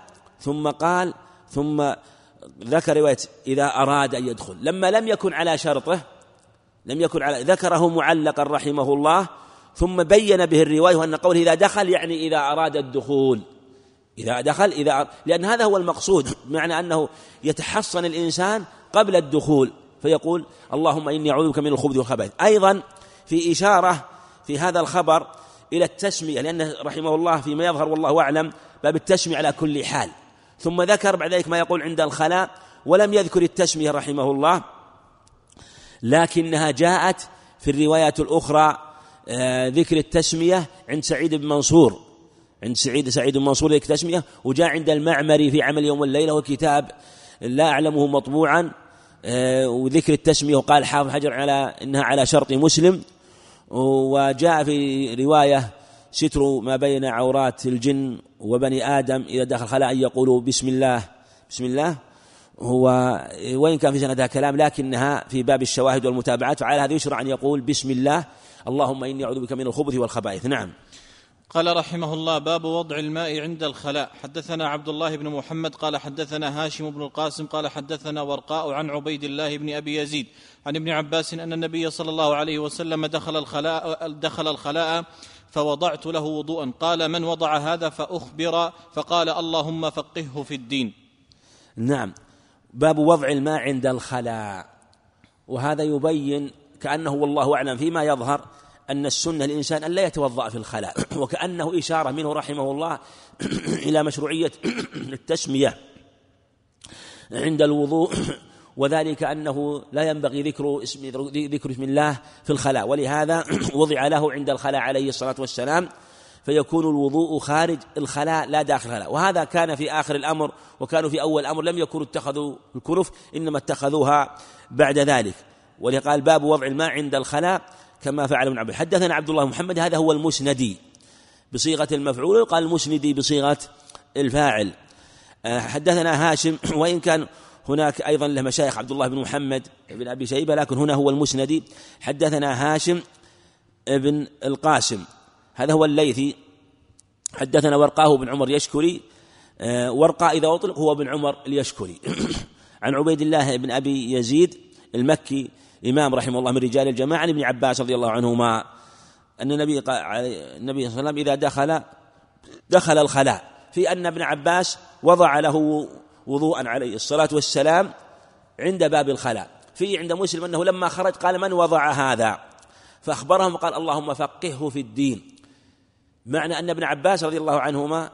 ثم ذكر رواية إذا أراد أن يدخل، لما لم يكن على شرطه، ذكره معلقا رحمه الله، ثم بين به الرواية وأن قوله إذا دخل يعني إذا أراد الدخول، لأن هذا هو المقصود، معنى أنه يتحصن الإنسان قبل الدخول، فيقول اللهم إني أعوذ بك من الخبث والخبائث. أيضا في إشارة في هذا الخبر إلى التسمية، لأن رحمه الله فيما يظهر والله أعلم باب التسمية على كل حال. ثم ذكر بعد ذلك ما يقول عند الخلاء، ولم يذكر التسمية رحمه الله، لكنها جاءت في الروايات الأخرى ذكر التسمية عند سعيد بن منصور، عند سعيد بن منصور ذكر التسمية، وجاء عند المعمري في عمل يوم والليلة وكتاب لا أعلمه مطبوعا وذكر التسمية، وقال حافظ حجر إنها على شرط مسلم. وجاء في رواية ستر ما بين عورات الجن وبني آدم إذا دخل خلاء يقولوا بسم الله بسم الله، هو وإن كان في سندها كلام لكنها في باب الشواهد والمتابعات، وعلى هذا يشرع أن يقول بسم الله اللهم إني أعوذ بك من الخبث والخبائث. نعم. قال رحمه الله: باب وضع الماء عند الخلاء. حدثنا عبد الله بن محمد قال حدثنا هاشم بن القاسم قال حدثنا ورقاء عن عبيد الله بن أبي يزيد عن ابن عباس أن النبي صلى الله عليه وسلم دخل الخلاء فوضعت له وضوءا، قال: من وضع هذا؟ فأخبر فقال: اللهم فقهه في الدين. نعم. باب وضع الماء عند الخلاء، وهذا يبين كأنه والله أعلم فيما يظهر أن السنة الإنسان أن لا يتوضأ في الخلاء، وكأنه إشارة منه رحمه الله إلى مشروعية التسمية عند الوضوء، وذلك أنه لا ينبغي ذكر اسم الله في الخلاء، ولهذا وضع له عند الخلاء عليه الصلاة والسلام، فيكون الوضوء خارج الخلاء لا داخل الخلاء. وهذا كان في آخر الأمر، وكانوا في أول الأمر لم يكونوا اتخذوا الكنف، إنما اتخذوها بعد ذلك. ولقال باب وضع الماء عند الخلاء كما فعل ابن عباس. حدثنا عبد الله محمد، هذا هو المسندي بصيغة المفعول، ويقال المسندي بصيغة الفاعل. حدثنا هاشم، وإن كان هناك أيضا له مشايخ عبد الله بن محمد بن أبي شيبة، لكن هنا هو المسندي. حدثنا هاشم بن القاسم، هذا هو الليثي. حدثنا ورقاه بن عمر يشكري، ورقاء إذا أطلق هو بن عمر اليشكري. عن عبيد الله بن أبي يزيد المكي إمام رحمه الله من رجال الجماعة، عن ابن عباس رضي الله عنهما أن النبي صلى الله عليه وسلم إذا دخل الخلاء، في أن ابن عباس وضع له وضوءا عليه الصلاة والسلام عند باب الخلاء. في عند مسلم أنه لما خرج قال: من وضع هذا؟ فأخبرهم وقال: اللهم فقهه في الدين. معنى أن ابن عباس رضي الله عنهما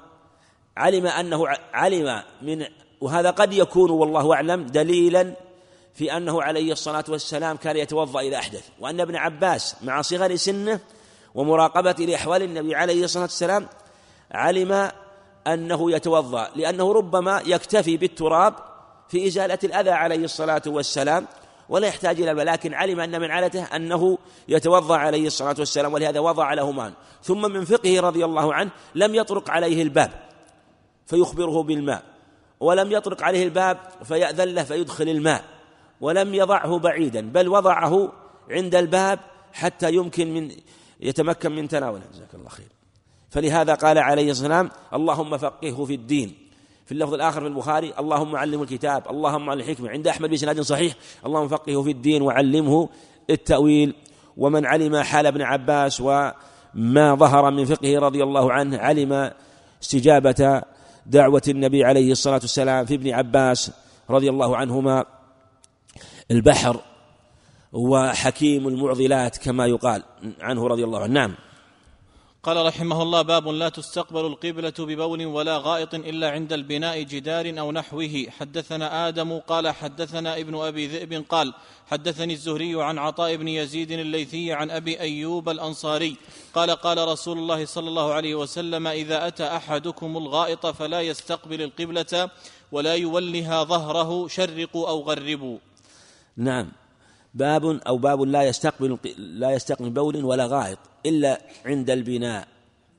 علم من، وهذا قد يكون والله أعلم دليلا في أنه عليه الصلاة والسلام كان يتوضأ إذا أحدث، وأن ابن عباس مع صغر سنه ومراقبة لأحوال النبي عليه الصلاة والسلام علم أنه يتوضأ، لأنه ربما يكتفي بالتراب في إزالة الأذى عليه الصلاة والسلام ولا يحتاج إلى الماء، لكن علم أن من عادته أنه يتوضأ عليه الصلاة والسلام، ولهذا وضع له ماء. ثم من فقهه رضي الله عنه لم يطرق عليه الباب فيخبره بالماء، ولم يطرق عليه الباب فيأذن له فيدخل الماء، ولم يضعه بعيدا، بل وضعه عند الباب حتى يمكن يتمكن من تناوله. جزاك الله خير. فلهذا قال عليه الصلاة والسلام: اللهم فقهه في الدين. في اللفظ الآخر في البخاري: اللهم علمه الكتاب، اللهم علمه الحكمة. عند أحمد بسناد صحيح: اللهم فقهه في الدين وعلمه التأويل. ومن علم حال ابن عباس وما ظهر من فقهه رضي الله عنه علم استجابة دعوة النبي عليه الصلاة والسلام في ابن عباس رضي الله عنهما البحر وحكيم المعضلات كما يقال عنه رضي الله عنه. نعم. قال رحمه الله: باب لا تستقبل القبلة ببول ولا غائط إلا عند البناء جدار أو نحوه. حدثنا آدم قال حدثنا ابن أبي ذئب قال حدثني الزهري عن عطاء بن يزيد الليثي عن أبي أيوب الأنصاري قال: قال رسول الله صلى الله عليه وسلم: إذا أتى أحدكم الغائط فلا يستقبل القبلة ولا يولها ظهره، شرقوا أو غربوا. نعم. باب لا يستقبل بول ولا غائط إلا عند البناء،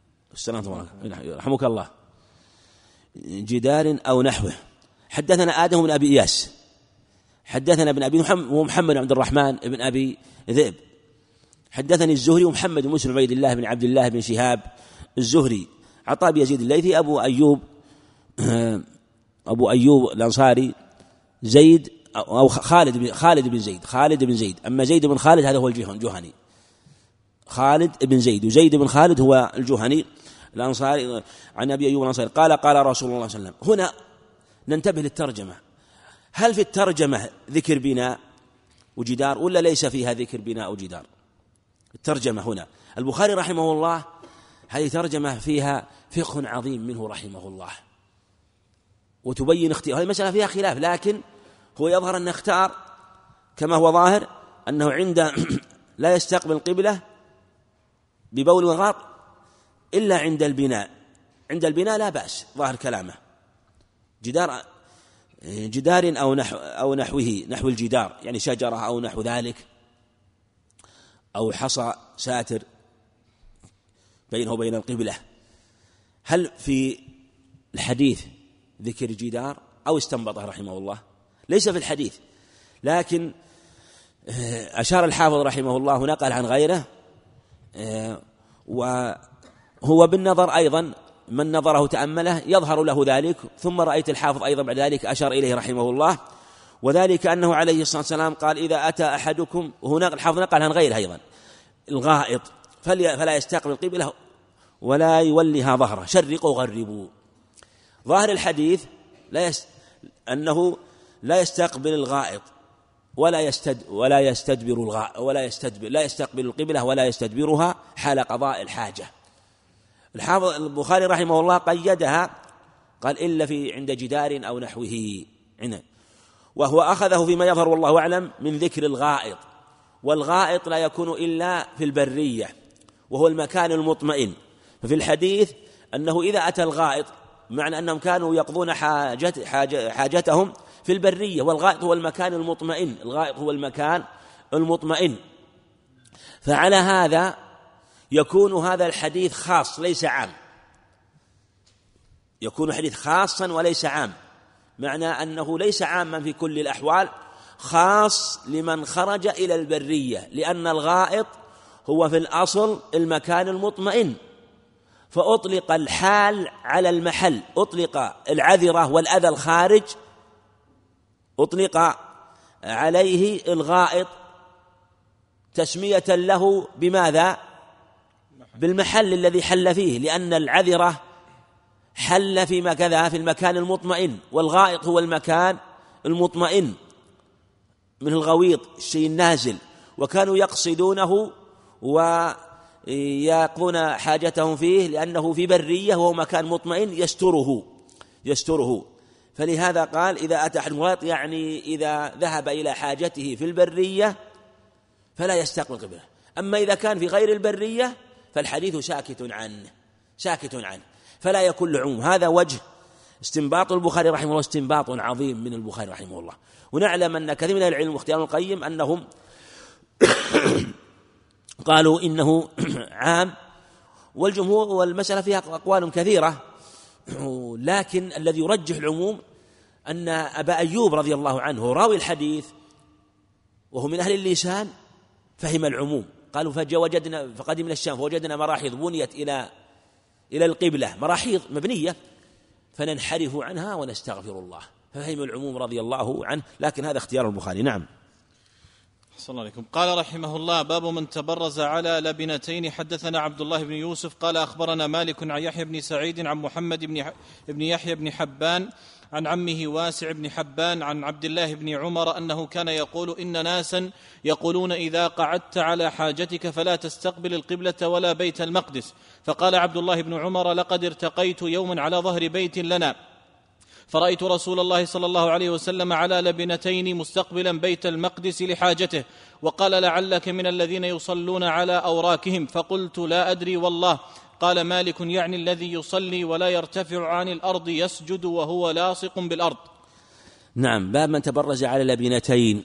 رحمك الله، جدار أو نحوه. حدثنا آدم بن أبي إياس، حدثنا ابن أبي ومحمد عبد الرحمن بن أبي ذئب. حدثني الزهري ومحمد بن مسلم عبيد الله بن عبد الله بن شهاب الزهري. عطاء بن يزيد الليثي أبو أيوب الأنصاري، زيد أو خالد بن زيد. أما زيد بن خالد هذا هو الجهني، خالد بن زيد، وزيد بن خالد هو الجهني الأنصاري. عن أبي أيوب الأنصاري قال: قال رسول الله صلى الله عليه وسلم. هنا ننتبه للترجمة، هل في الترجمة ذكر بناء وجدار ولا ليس فيها ذكر بناء وجدار؟ الترجمة هنا البخاري رحمه الله هذه ترجمة فيها فقه عظيم منه رحمه الله، وتبين اختيار. هذه مسألة فيها خلاف، لكن هو يظهر أن اختار كما هو ظاهر أنه عند لا يستقبل القبلة ببول وغائط إلا عند البناء. عند البناء لا بأس، ظاهر كلامه، جدار أو نحوه، نحو الجدار يعني شجرة أو نحو ذلك، أو حصى ساتر بينه وبين القبلة. هل في الحديث ذكر جدار أو استنبطه رحمه الله؟ ليس في الحديث، لكن أشار الحافظ رحمه الله ونقل عن غيره، وهو بالنظر أيضا من نظره تأمله يظهر له ذلك. ثم رأيت الحافظ أيضا بعد ذلك أشار إليه رحمه الله، وذلك أنه عليه الصلاة والسلام قال إذا أتى أحدكم، وهنا الحافظ نقل عن غيره أيضا، الغائط فلا يستقبل القبلة ولا يولها ظهره، شرقوا وغربوا. ظاهر الحديث أنه لا يستقبل الغائط ولا يستقبل القبلة ولا يستدبرها حال قضاء الحاجة. الحافظ البخاري رحمه الله قيدها، قال إلا في عند جدار أو نحوه، وهو أخذه فيما يظهر والله أعلم من ذكر الغائط، والغائط لا يكون إلا في البرية وهو المكان المطمئن. ففي الحديث أنه إذا أتى الغائط، معنى أنهم كانوا يقضون حاجتهم في البرية، والغائط هو المكان المطمئن، الغائط هو المكان المطمئن. فعلى هذا يكون هذا الحديث خاص ليس عام، يكون حديث خاصا وليس عام، معنى أنه ليس عاما في كل الأحوال، خاص لمن خرج إلى البرية، لأن الغائط هو في الأصل المكان المطمئن، فأطلق الحال على المحل، أطلق العذرة والأذى الخارج، أطلق عليه الغائط تسمية له بماذا؟ بالمحل الذي حل فيه، لأن العذرة حل في كذا في المكان المطمئن، والغائط هو المكان المطمئن من الغويط الشيء النازل، وكانوا يقصدونه ويقضون حاجتهم فيه لأنه في برية وهو مكان مطمئن يستره. فلهذا قال إذا أتى أحد الغائط، يعني إذا ذهب إلى حاجته في البرية فلا يستقبل قبله. أما إذا كان في غير البرية فالحديث ساكت عنه فلا يكون لعموم. هذا وجه استنباط البخاري رحمه الله، استنباط عظيم من البخاري رحمه الله. ونعلم أن كثير من العلم واختيار القيم أنهم قالوا إنه عام، والجمهور والمسألة فيها أقوال كثيرة، لكن الذي يرجح العموم أن أبا أيوب رضي الله عنه راوي الحديث وهو من أهل اللسان فهم العموم. قالوا فقدمنا الشام فوجدنا مراحيض بنيت إلى القبلة، مراحيض مبنية، فننحرف عنها ونستغفر الله، فهم العموم رضي الله عنه. لكن هذا اختيار البخاري. نعم. صلى الله عليكم. قال رحمه الله: باب من تبرز على لبنتين. حدثنا عبد الله بن يوسف قال أخبرنا مالك عن يحيى بن سعيد عن محمد بن يحيى بن حبان عن عمه واسع بن حبان عن عبد الله بن عمر أنه كان يقول: إن ناسا يقولون إذا قعدت على حاجتك فلا تستقبل القبلة ولا بيت المقدس. فقال عبد الله بن عمر: لقد ارتقيت يوما على ظهر بيت لنا فرأيت رسول الله صلى الله عليه وسلم على لبنتين مستقبلا بيت المقدس لحاجته، وقال: لعلك من الذين يصلون على أوراكهم. فقلت: لا أدري والله. قال مالك: يعني الذي يصلي ولا يرتفع عن الأرض يسجد وهو لاصق بالأرض. نعم. باب من تبرز على لبنتين،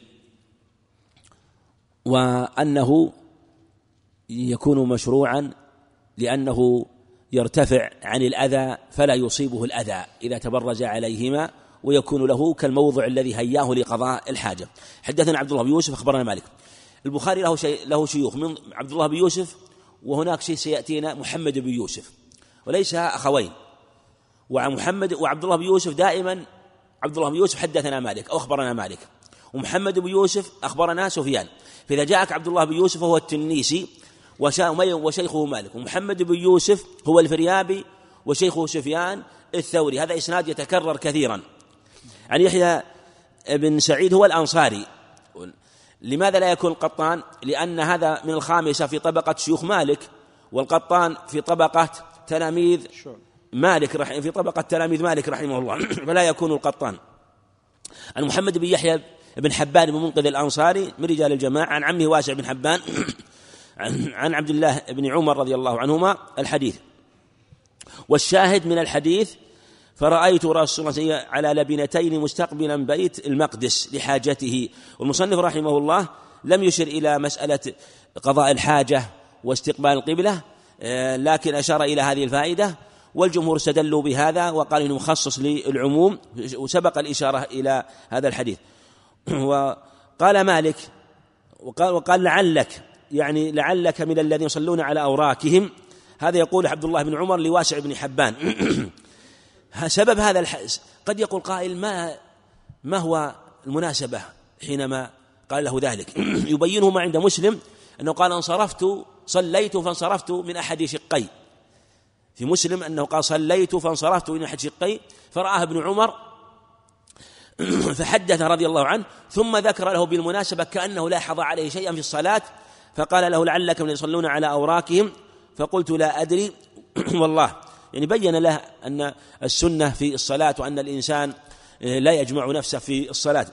وأنه يكون مشروعا لأنه يرتفع عن الأذى فلا يصيبه الأذى إذا تبرز عليهما، ويكون له كالموضع الذي هياه لقضاء الحاجة. حدثنا عبد الله بن يوسف أخبرنا مالك. البخاري له شيوخ من عبد الله بن يوسف، وهناك شيء سيأتينا محمد بن يوسف، وليس أخوين. ومحمد وعبد الله بن يوسف دائما عبد الله بن يوسف حدثنا مالك أو أخبرنا مالك، ومحمد بن يوسف أخبرنا سفيان. فإذا جاءك عبد الله بن يوسف فهو التنيسي وشيخه مالك، ومحمد بن يوسف هو الفريابي وشيخه سفيان الثوري. هذا إسناد يتكرر كثيرا. عن يحيى بن سعيد هو الأنصاري. لماذا لا يكون القطان؟ لأن هذا من الخامسة في طبقة شيوخ مالك، والقطان في طبقة تلاميذ مالك رحمه الله، فلا يكون القطان. عن محمد بن يحيى بن حبان بن منقذ الأنصاري من رجال الجماعة، عن عمه واسع بن حبان عن عبد الله بن عمر رضي الله عنهما الحديث. والشاهد من الحديث: فرأيت رسول الله على لبنتين مستقبلا بيت المقدس لحاجته. والمصنف رحمه الله لم يشر إلى مسألة قضاء الحاجة واستقبال القبلة، لكن أشار إلى هذه الفائدة، والجمهور استدلوا بهذا وقال إنه مخصص للعموم، وسبق الإشارة إلى هذا الحديث. وقال مالك وقال لعلك، يعني لعلك من الذين يصلون على أوراكهم. هذا يقول عبد الله بن عمر لواسع بن حبان. سبب هذا الحديث قد يقول قائل: ما هو المناسبة حينما قال له ذلك؟ يبينه ما عند مسلم أنه قال: صليت فانصرفت من أحد شقي. في مسلم أنه قال: صليت فانصرفت من أحد شقي، فرآه ابن عمر فحدث رضي الله عنه، ثم ذكر له بالمناسبة كأنه لاحظ عليه شيئا في الصلاة، فقال له: لعلك من يصلون على أوراكهم. فقلت: لا أدري والله. يعني بين له أن السنة في الصلاة وأن الإنسان لا يجمع نفسه في الصلاة.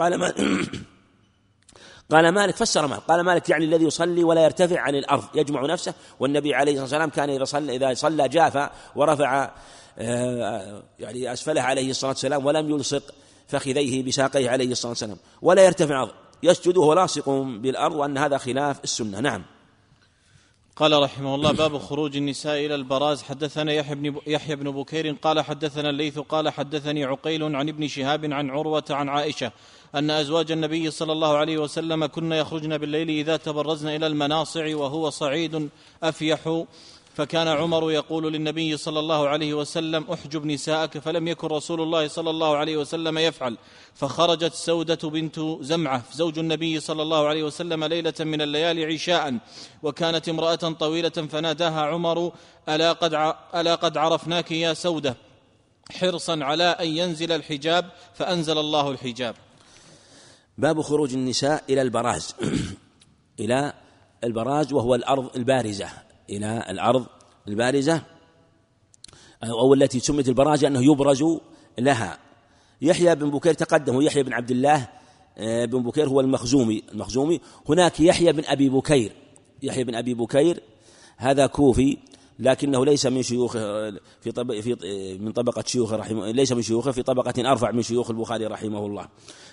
قال مالك فسر مالك، قال مالك يعني الذي يصلي ولا يرتفع عن الأرض يجمع نفسه. والنبي عليه الصلاة والسلام كان إذا صلى جاف ورفع يعني أسفله عليه الصلاة والسلام، ولم يلصق فخذيه بساقيه عليه الصلاة والسلام، ولا يرتفع يسجد وهو لاصق بالأرض، وأن هذا خلاف السنة. نعم. قال رحمه الله: باب خروج النساء إلى البراز. حدثنا يحيى بن بكير قال حدثنا الليث قال حدثني عقيل عن ابن شهاب عن عروة عن عائشة أن أزواج النبي صلى الله عليه وسلم كن يخرجن بالليل إذا تبرزن إلى المناصع وهو صعيد أفيح، فكان عمر يقول للنبي صلى الله عليه وسلم: احجب نساءك، فلم يكن رسول الله صلى الله عليه وسلم يفعل. فخرجت سودة بنت زمعة زوج النبي صلى الله عليه وسلم ليلة من الليالي عشاء، وكانت امرأة طويلة، فناداها عمر: ألا قد عرفناك يا سودة، حرصا على أن ينزل الحجاب، فأنزل الله الحجاب. باب خروج النساء إلى البراز. إلى البراز وهو الأرض البارزة، إلى الأرض البارزة أو التي سميت البراز أنه يبرز لها. يحيى بن بكير تقدم، يحيى بن عبد الله بن بكير هو المخزومي. هناك يحيى بن أبي بكير. يحيى بن أبي بكير هذا كوفي، لكنه ليس من شيوخ من طبقة شيوخ رحمه، ليس من شيوخه، في طبقة أرفع من شيوخ البخاري رحمه الله.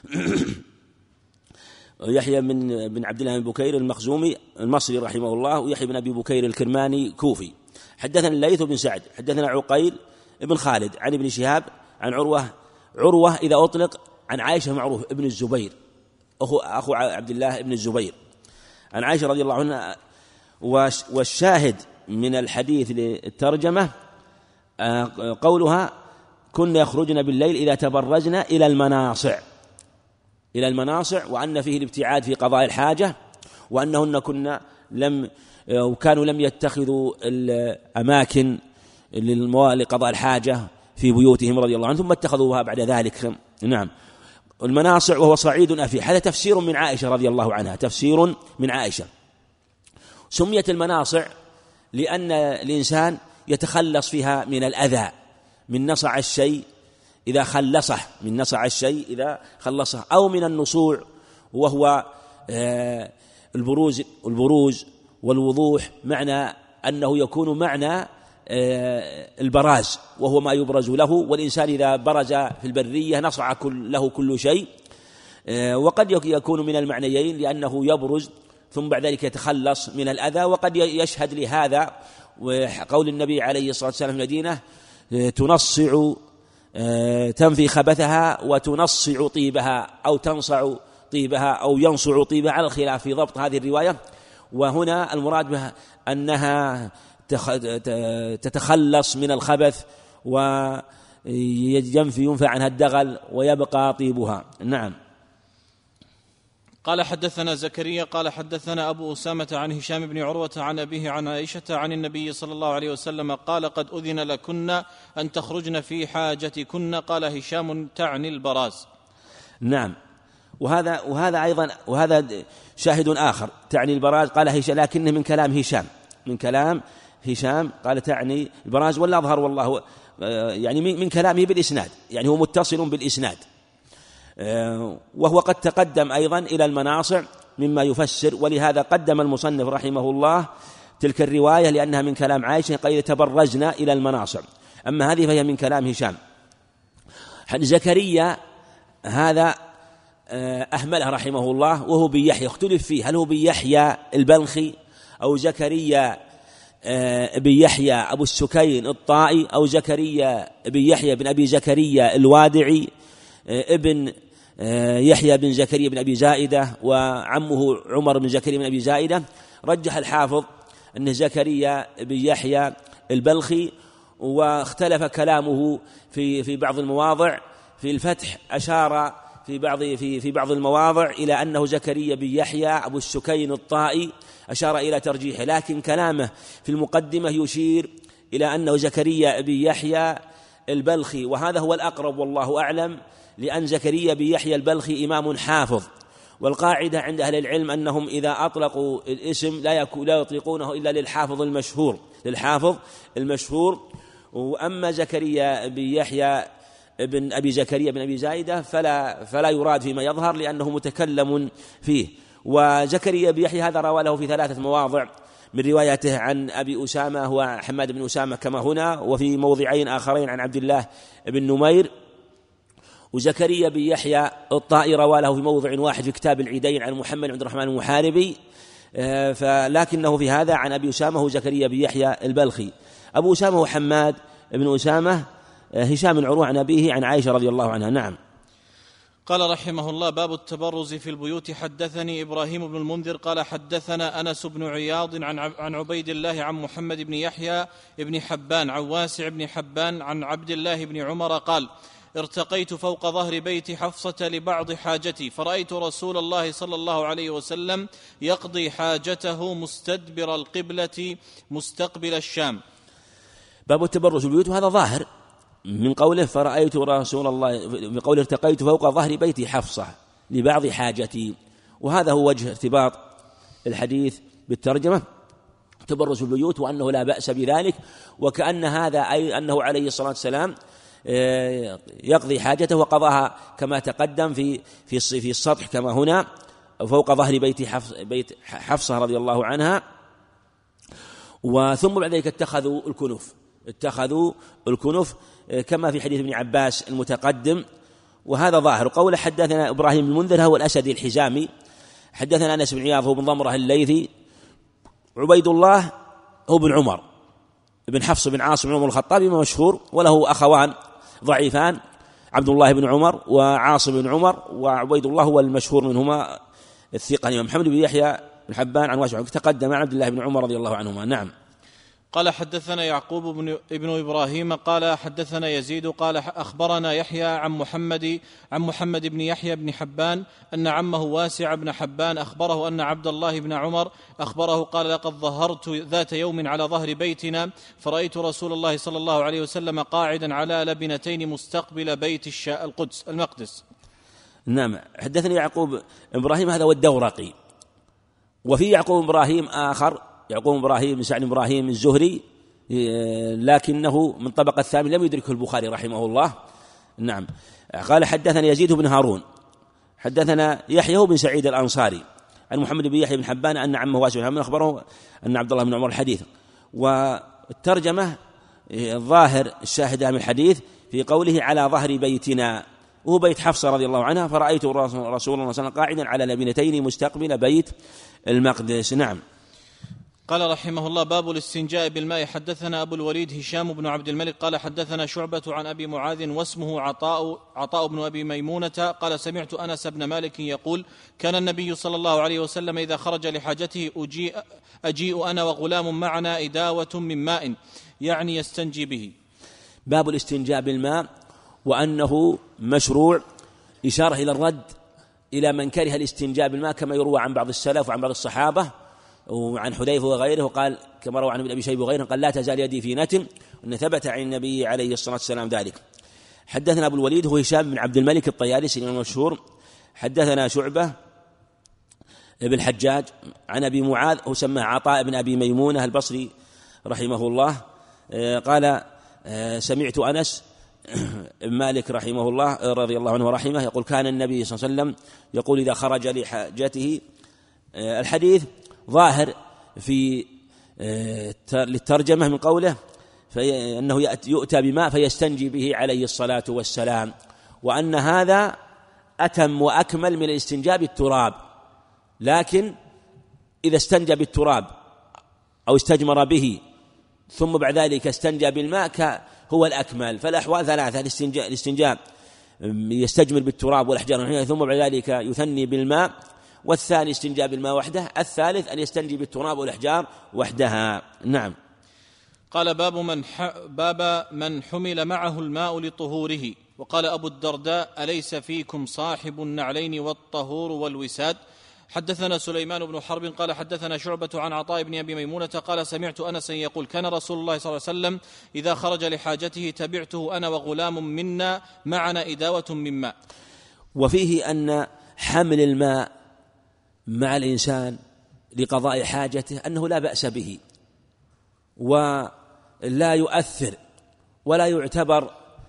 يحيى بن عبد الله بن بكير المخزومي المصري رحمه الله، ويحيى بن أبي بكير الكرماني كوفي. حدثنا الليث بن سعد حدثنا عقيل بن خالد عن ابن شهاب عن عروة إذا أطلق عن عائشة معروف ابن الزبير، أخو عبد الله ابن الزبير، عن عائشة رضي الله عنها. والشاهد من الحديث للترجمة قولها: كن يخرجن بالليل إذا تبرزن إلى المناصع، وأن فيه الابتعاد في قضاء الحاجة، وأنهن كانوا لم يتخذوا الأماكن لقضاء الحاجة في بيوتهم رضي الله عنهم، ثم اتخذوها بعد ذلك. نعم. المناصع وهو صعيد أفيح، هذا تفسير من عائشة رضي الله عنها، تفسير من عائشة. سميت المناصع لأن الإنسان يتخلص فيها من الأذى، من نصع الشيء إذا خلصه، أو من النصوع وهو البروز والوضوح، معنى أنه يكون معنى البراز، وهو ما يبرز له. والإنسان إذا برز في البرية نصع له كل شيء. وقد يكون من المعنيين لأنه يبرز ثم بعد ذلك يتخلص من الأذى. وقد يشهد لهذا وقول النبي عليه الصلاة والسلام في المدينة: تنفي خبثها وتنصع طيبها، أو تنصع طيبها أو ينصع طيبها، على الخلاف في ضبط هذه الرواية. وهنا المراد بها أنها تتخلص من الخبث وينفع عنها الدغل ويبقى طيبها. نعم. قال حدثنا زكريا قال حدثنا أبو أسامة عن هشام بن عروة عن أبيه عن عائشة عن النبي صلى الله عليه وسلم قال: قد أذن لكن أن تخرجن في حاجتكن. قال هشام: تعني البراز. نعم. وهذا أيضا شاهد آخر، تعني البراز. قال هشام، لكنه من كلام هشام قال تعني البراز، ولا أظهر والله يعني من كلامه بالإسناد، يعني هو متصل بالإسناد. وهو قد تقدم أيضا إلى المناصع مما يفسر، ولهذا قدم المصنف رحمه الله تلك الرواية لأنها من كلام عائشة قيل تبرزنا إلى المناصع، أما هذه فهي من كلام هشام. زكريا هذا أهمله رحمه الله، وهو بيحيى اختلف فيه هل هو بيحيى البلخي أو زكريا بن يحيى أبو السكين الطائي أو زكريا بن يحيى بن أبي زكريا الوادعي ابن يحيى بن زكريا بن أبي زائدة وعمه عمر بن زكريا بن أبي زائدة. رجح الحافظ أن زكريا بن يحيى البلخي، واختلف كلامه في بعض المواضع. في الفتح أشار في بعض المواضع إلى أنه زكريا بن يحيى أبو السكين الطائي، أشار إلى ترجيحه، لكن كلامه في المقدمة يشير إلى أنه زكريا بن يحيى البلخي، وهذا هو الأقرب والله أعلم، لأن زكريا بن يحيى البلخي إمام حافظ، والقاعدة عند أهل العلم أنهم إذا أطلقوا الاسم لا يطلقونه إلا للحافظ المشهور. وأما زكريا بن يحيى ابن أبي زكريا بن أبي زايدة فلا يراد فيما يظهر لأنه متكلم فيه. وزكريا بن يحيى هذا روى له في 3 مواضع من روايته عن أبي أسامة هو حماد بن أسامة كما هنا، وفي موضعين آخرين عن عبد الله بن نمير. وزكريا بن يحيى الطائي روى له في موضع واحد في كتاب العيدين عن محمد بن عبد الرحمن المحاربي، لكنه في هذا عن أبي أسامة هو زكريا بن يحيى البلخي. أبو أسامة هو حماد بن أسامة هشام بن عروة عن أبيه عن عائشة رضي الله عنها. نعم. قال رحمه الله: باب التبرز في البيوت. حدثني إبراهيم بن المنذر قال حدثنا أنس بن عياض عن عبيد الله عن محمد بن يحيى بن حبان عن واسع بن حبان عن عبد الله بن عمر قال: ارتقيت فوق ظهر بيت حفصة لبعض حاجتي، فرأيت رسول الله صلى الله عليه وسلم يقضي حاجته مستدبر القبلة مستقبل الشام. باب التبرز في البيوت، وهذا ظاهر من قوله فرأيت رسول الله، من قوله ارتقيت فوق ظهر بيت حفصة لبعض حاجتي، وهذا هو وجه ارتباط الحديث بالترجمة، تبرز في البيوت وأنه لا بأس بذلك، وكأن هذا أي أنه عليه الصلاة والسلام يقضي حاجته وقضاها كما تقدم في السطح كما هنا فوق ظهر بيت حفصة رضي الله عنها. وثم بعد ذلك اتخذوا الكنف كما في حديث ابن عباس المتقدم، وهذا ظاهر. قول حدثنا إبراهيم المنذر هو الأسدي الحزامي، حدثنا أنس بن عياض هو بن ضمرة الليثي، عبيد الله هو بن عمر بن حفص بن عاصم بن عمر الخطابي مشهور، وله أخوان ضعيفان عبد الله بن عمر وعاصم بن عمر، وعبيد الله هو المشهور منهما الثقة محمد بن يحيى بن حبان عن واسع تقدم عن عبد الله بن عمر رضي الله عنهما. نعم. قال حدثنا يعقوب ابن إبراهيم قال حدثنا يزيد قال أخبرنا يحيى عن محمد بن يحيى بن حبان أن عمه واسع بن حبان أخبره أن عبد الله بن عمر أخبره قال: لقد ظهرت ذات يوم على ظهر بيتنا فرأيت رسول الله صلى الله عليه وسلم قاعدا على لبنتين مستقبل بيت المقدس. نعم. حدثني يعقوب إبراهيم هذا والدورقي، وفي يعقوب إبراهيم آخر يعقوب إبراهيم بن سعد إبراهيم الزهري، لكنه من طبقة الثامن لم يدركه البخاري رحمه الله. نعم. قال حدثنا يزيد بن هارون حدثنا يحيى بن سعيد الأنصاري عن محمد بن يحيى بن حبان أن عمه واسع بن حبان أخبره أن عبد الله بن عمر الحديث. والترجمة الظاهر الشاهدة من الحديث في قوله على ظهر بيتنا، وهو بيت حفصة رضي الله عنها، فرأيت رسول الله صلى الله عليه وسلم قاعدا على لبنتين مستقبل بيت المقدس. نعم. قال رحمه الله: باب الاستنجاء بالماء. حدثنا أبو الوليد هشام بن عبد الملك قال حدثنا شعبة عن أبي معاذ واسمه عطاء بن أبي ميمونة قال: سمعت أنس بن مالك يقول: كان النبي صلى الله عليه وسلم إذا خرج لحاجته أجيء أنا وغلام معنا إداوة من ماء، يعني يستنجي به. باب الاستنجاء بالماء، وأنه مشروع، إشارة إلى الرد إلى من كره الاستنجاء بالماء كما يروى عن بعض السلف وعن بعض الصحابة وعن حذيفة وغيره، وقال كما روى عن ابن أبي شيبة وغيره قال: لا تزال يدي في نتن، وأن ثبت عن النبي عليه الصلاة والسلام ذلك. حدثنا أبو الوليد هو هشام بن عبد الملك الطيالسي المشهور، حدثنا شعبة ابن الحجاج عن أبي معاذ هو سماه عطاء بن أبي ميمونة البصري رحمه الله، قال: سمعت أنس بن مالك رحمه الله رضي الله عنه ورحمه يقول: كان النبي صلى الله عليه وسلم يقول إذا خرج لحاجته الحديث ظاهر في للترجمة من قوله أنه يؤتى بماء فيستنجي به عليه الصلاة والسلام، وأن هذا أتم وأكمل من الاستنجاء بالتراب. لكن إذا استنجى بالتراب أو استجمر به ثم بعد ذلك استنجى بالماء هو الأكمل. فالأحوال ثلاثة: الاستنجاء يستجمر بالتراب والأحجار ثم بعد ذلك يثني بالماء، والثاني استنجاء بالماء وحده، الثالث أن يستنجي بالتراب والأحجار وحدها. نعم. قال: باب من حمل معه الماء لطهوره. وقال أبو الدرداء: أليس فيكم صاحب النعلين والطهور والوساد؟ حدثنا سليمان بن حرب قال حدثنا شعبة عن عطاء بن أبي ميمونة قال: سمعت أنسا يقول: كان رسول الله صلى الله عليه وسلم إذا خرج لحاجته تبعته أنا وغلام منا معنا إداوة من ماء. وفيه أن حمل الماء مع الإنسان لقضاء حاجته أنه لا بأس به، ولا يؤثر ولا يعتبر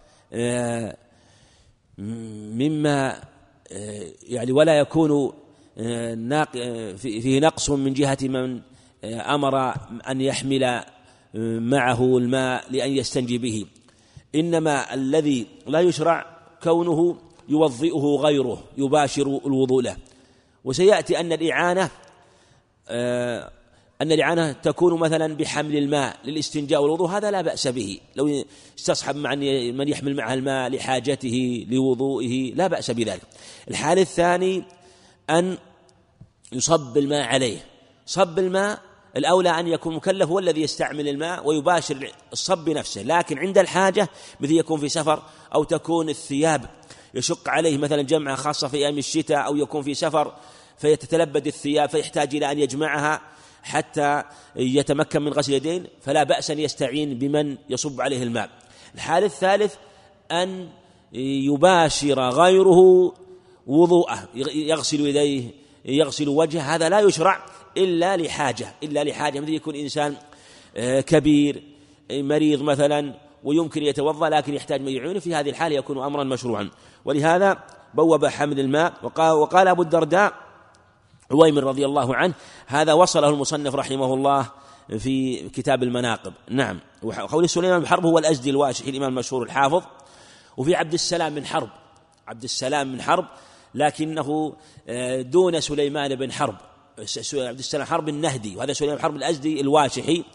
مما يعني ولا يكون فيه نقص من جهة من أمر أن يحمل معه الماء لأن يستنجي به. إنما الذي لا يشرع كونه يوضئه غيره يباشر الوضوء له. وسيأتي أن الإعانة تكون مثلا بحمل الماء للاستنجاء والوضوء، هذا لا بأس به. لو استصحب من يحمل معه الماء لحاجته لوضوئه لا بأس بذلك. الحال الثاني أن يصب الماء عليه. صب الماء الأولى أن يكون مكلف هو الذي يستعمل الماء ويباشر الصب بنفسه، لكن عند الحاجة مثل يكون في سفر أو تكون الثياب يشق عليه مثلا جمعها خاصة في أيام الشتاء، أو يكون في سفر فيتتلبد الثياب فيحتاج إلى أن يجمعها حتى يتمكن من غسل يدين، فلا بأس أن يستعين بمن يصب عليه الماء. الحال الثالث أن يباشر غيره وضوءه، يغسل يديه يغسل وجهه، هذا لا يشرع إلا لحاجة مثل يكون إنسان كبير مريض مثلا ويمكن يتوضأ لكن يحتاج من يعينه، في هذه الحالة يكون أمرا مشروعا. ولهذا بوب حمل الماء. وقال أبو الدرداء عويمر رضي الله عنه، هذا وصله المصنف رحمه الله في كتاب المناقب. نعم. وقول سليمان بن حرب هو الأزدي الواشحي الإمام المشهور الحافظ. وفي عبد السلام بن حرب لكنه دون سليمان بن حرب، عبد السلام حرب النهدي، وهذا سليمان بن حرب الأزدي الواشحي.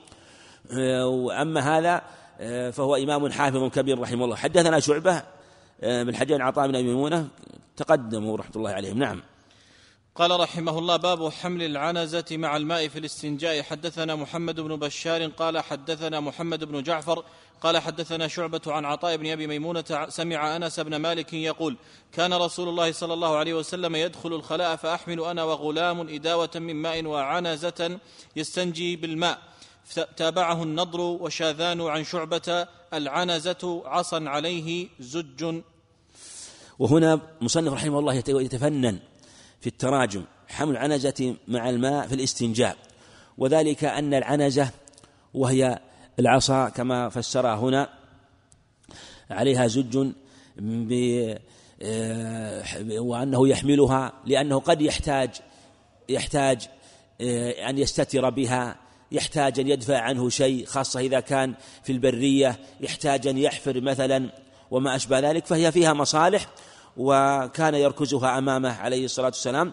وأما هذا فهو إمام حافظ كبير رحمه الله. حدثنا شعبة من حجاج عطاء بن أبي ميمونة تقدموا رحمة الله عليهم. نعم. قال رحمه الله: باب حمل العنزة مع الماء في الاستنجاء. حدثنا محمد بن بشار قال حدثنا محمد بن جعفر قال حدثنا شعبة عن عطاء بن أبي ميمونة سمع أنس بن مالك يقول: كان رسول الله صلى الله عليه وسلم يدخل الخلاء فأحمل أنا وغلام إداوة من ماء وعنزة يستنجي بالماء. تابعه النضر وشاذان عن شعبة: العنزة عصا عليه زج. وهنا مصنف رحمه الله يتفنن في التراجم حمل العنزة مع الماء في الاستنجاء، وذلك أن العنزة وهي العصا كما فسرها هنا عليها زج، وأنه يحملها لأنه قد يحتاج أن يستتر بها، يحتاج أن يدفع عنه شيء، خاصة إذا كان في البرية يحتاج أن يحفر مثلا وما أشبه ذلك، فهي فيها مصالح وكان يركزها أمامه عليه الصلاة والسلام.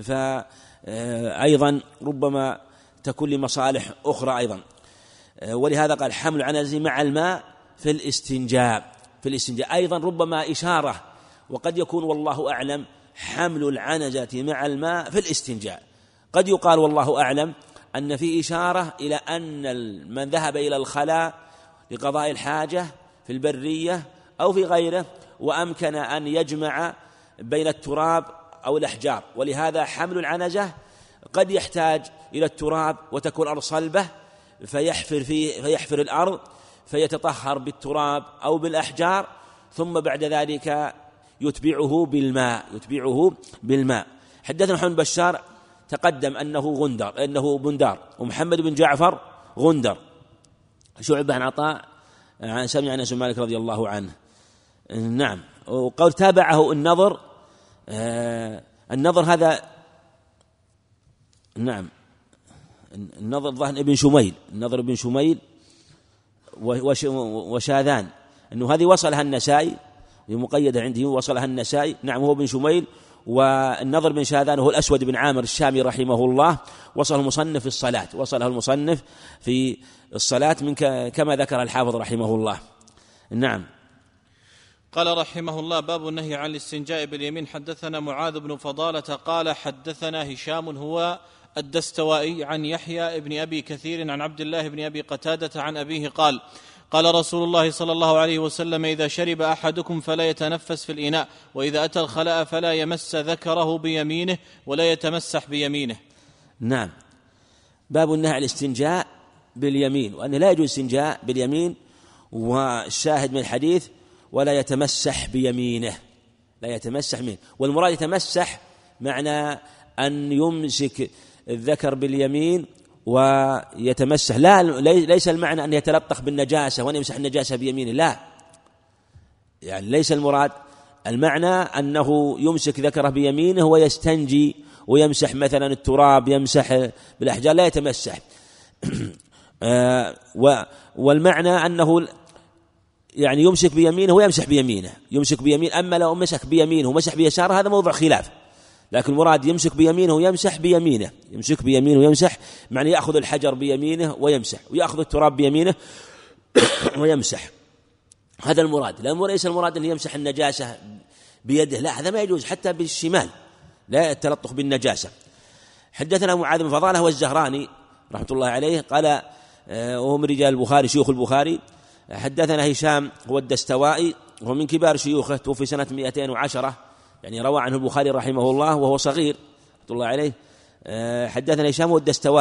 فأيضا ربما تكون لمصالح أخرى أيضا. ولهذا قال حمل العنزة مع الماء في الاستنجاء. أيضا ربما إشارة، وقد يكون والله أعلم حمل العنزة مع الماء في الاستنجاء. قد يقال والله أعلم أن في إشارة إلى أن من ذهب إلى الخلاء لقضاء الحاجة في البرية أو في غيره وأمكن أن يجمع بين التراب أو الأحجار، ولهذا حمل العنزة قد يحتاج إلى التراب وتكون الأرض صلبة فيحفر الأرض فيتطهر بالتراب أو بالأحجار، ثم بعد ذلك يتبعه بالماء. حدثنا محمد بن بشار تقدم أنه بندار، ومحمد بن جعفر غندر. شعبة عن عطاء عن سمع أنس بن مالك رضي الله عنه. نعم. وقول تابعه النظر هذا نعم. النضر ظهر ابن شميل، النضر ابن شميل وشاذان، أنه هذه وصلها النسائي مقيدة عنده، وصلها النسائي. نعم هو ابن شميل. والنضر بن شاذان هو الأسود بن عامر الشامي رحمه الله، وصل المصنف في الصلاة، وصلها المصنف في الصلاة من كما ذكر الحافظ رحمه الله. نعم. قال رحمه الله: باب النهي عن الاستنجاء باليمين. حدثنا معاذ بن فضالة قال حدثنا هشام هو الدستوائي عن يحيى بن أبي كثير عن عبد الله بن أبي قتادة عن أبيه قال: قال رسول الله صلى الله عليه وسلم: إذا شرب أحدكم فلا يتنفس في الإناء، وإذا أتى الخلاء فلا يمس ذكره بيمينه ولا يتمسح بيمينه. نعم. باب النهي عن الاستنجاء باليمين، وأنه لا يجوز الاستنجاء باليمين، والشاهد من الحديث: ولا يتمسح بيمينه، لا يتمسح منه. والمراد يتمسح معنى أن يمسك الذكر باليمين ويتمسح، ليس المعنى أن يتلطخ بالنجاسة وأن يمسح النجاسة بيمينه، لا، يعني ليس المراد. المعنى أنه يمسك ذكره بيمينه ويستنجي ويمسح مثلا التراب، يمسح بالأحجار، لا يتمسح. والمعنى أنه يعني يمسك بيمينه ويمسح بيمينه، يمسك بيمين. أما لو مسك بيمينه ومسح بيساره هذا موضع خلاف، لكن المراد يمسك بيمينه ويمسح بيمينه، يمسك بيمينه ويمسح، معنى يأخذ الحجر بيمينه ويمسح، ويأخذ التراب بيمينه ويمسح، هذا المراد. ليس المراد أن يمسح النجاسة بيده، لا، هذا ما يجوز حتى بالشمال، لا التلطخ بالنجاسة. حدثنا معاذ بن فضالة والزهراني رحمة الله عليه قال، وهو من رجال البخاري، شيوخ البخاري. حدثنا هشام هو الدستوائي، وهو من كبار شيوخه، توفي سنة 210، يعني روى عنه البخاري رحمه الله وهو صغير رحمة الله عليه. حدثنا هشام هو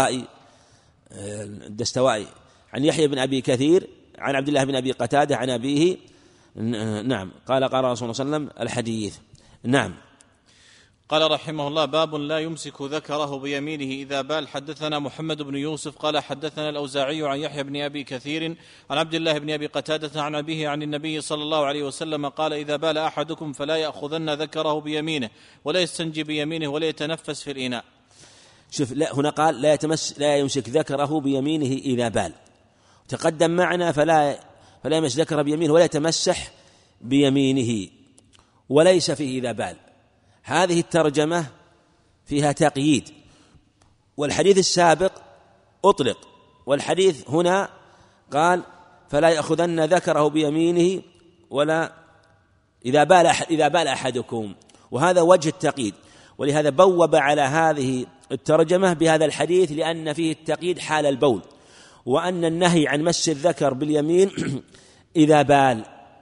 الدستوائي عن يحيى بن أبي كثير عن عبد الله بن أبي قتادة عن أبيه. نعم. قال رسول الله صلى الله عليه وسلم الحديث. نعم. قال رحمه الله: باب لا يمسك ذكره بيمينه إذا بال. حدثنا محمد بن يوسف قال حدثنا الأوزاعي عن يحيى بن أبي كثير عن عبد الله بن أبي قتادة عن أبيه عن النبي صلى الله عليه وسلم قال: إذا بال أحدكم فلا يأخذن ذكره بيمينه ولا يستنجي بيمينه ولا يتنفس في الإناء. شوف، لا، هنا قال لا يمسك ذكره بيمينه إذا بال، تقدم معنا فلا يمسك ذكره بيمينه ولا يتمسح بيمينه، وليس فيه إذا بال. هذه الترجمة فيها تقييد، والحديث السابق أطلق، والحديث هنا قال: فلا يأخذن ذكره بيمينه ولا إذا بال أحدكم، وهذا وجه التقييد. ولهذا بوب على هذه الترجمة بهذا الحديث، لأن فيه التقييد حال البول، وأن النهي عن مس الذكر باليمين إذا بال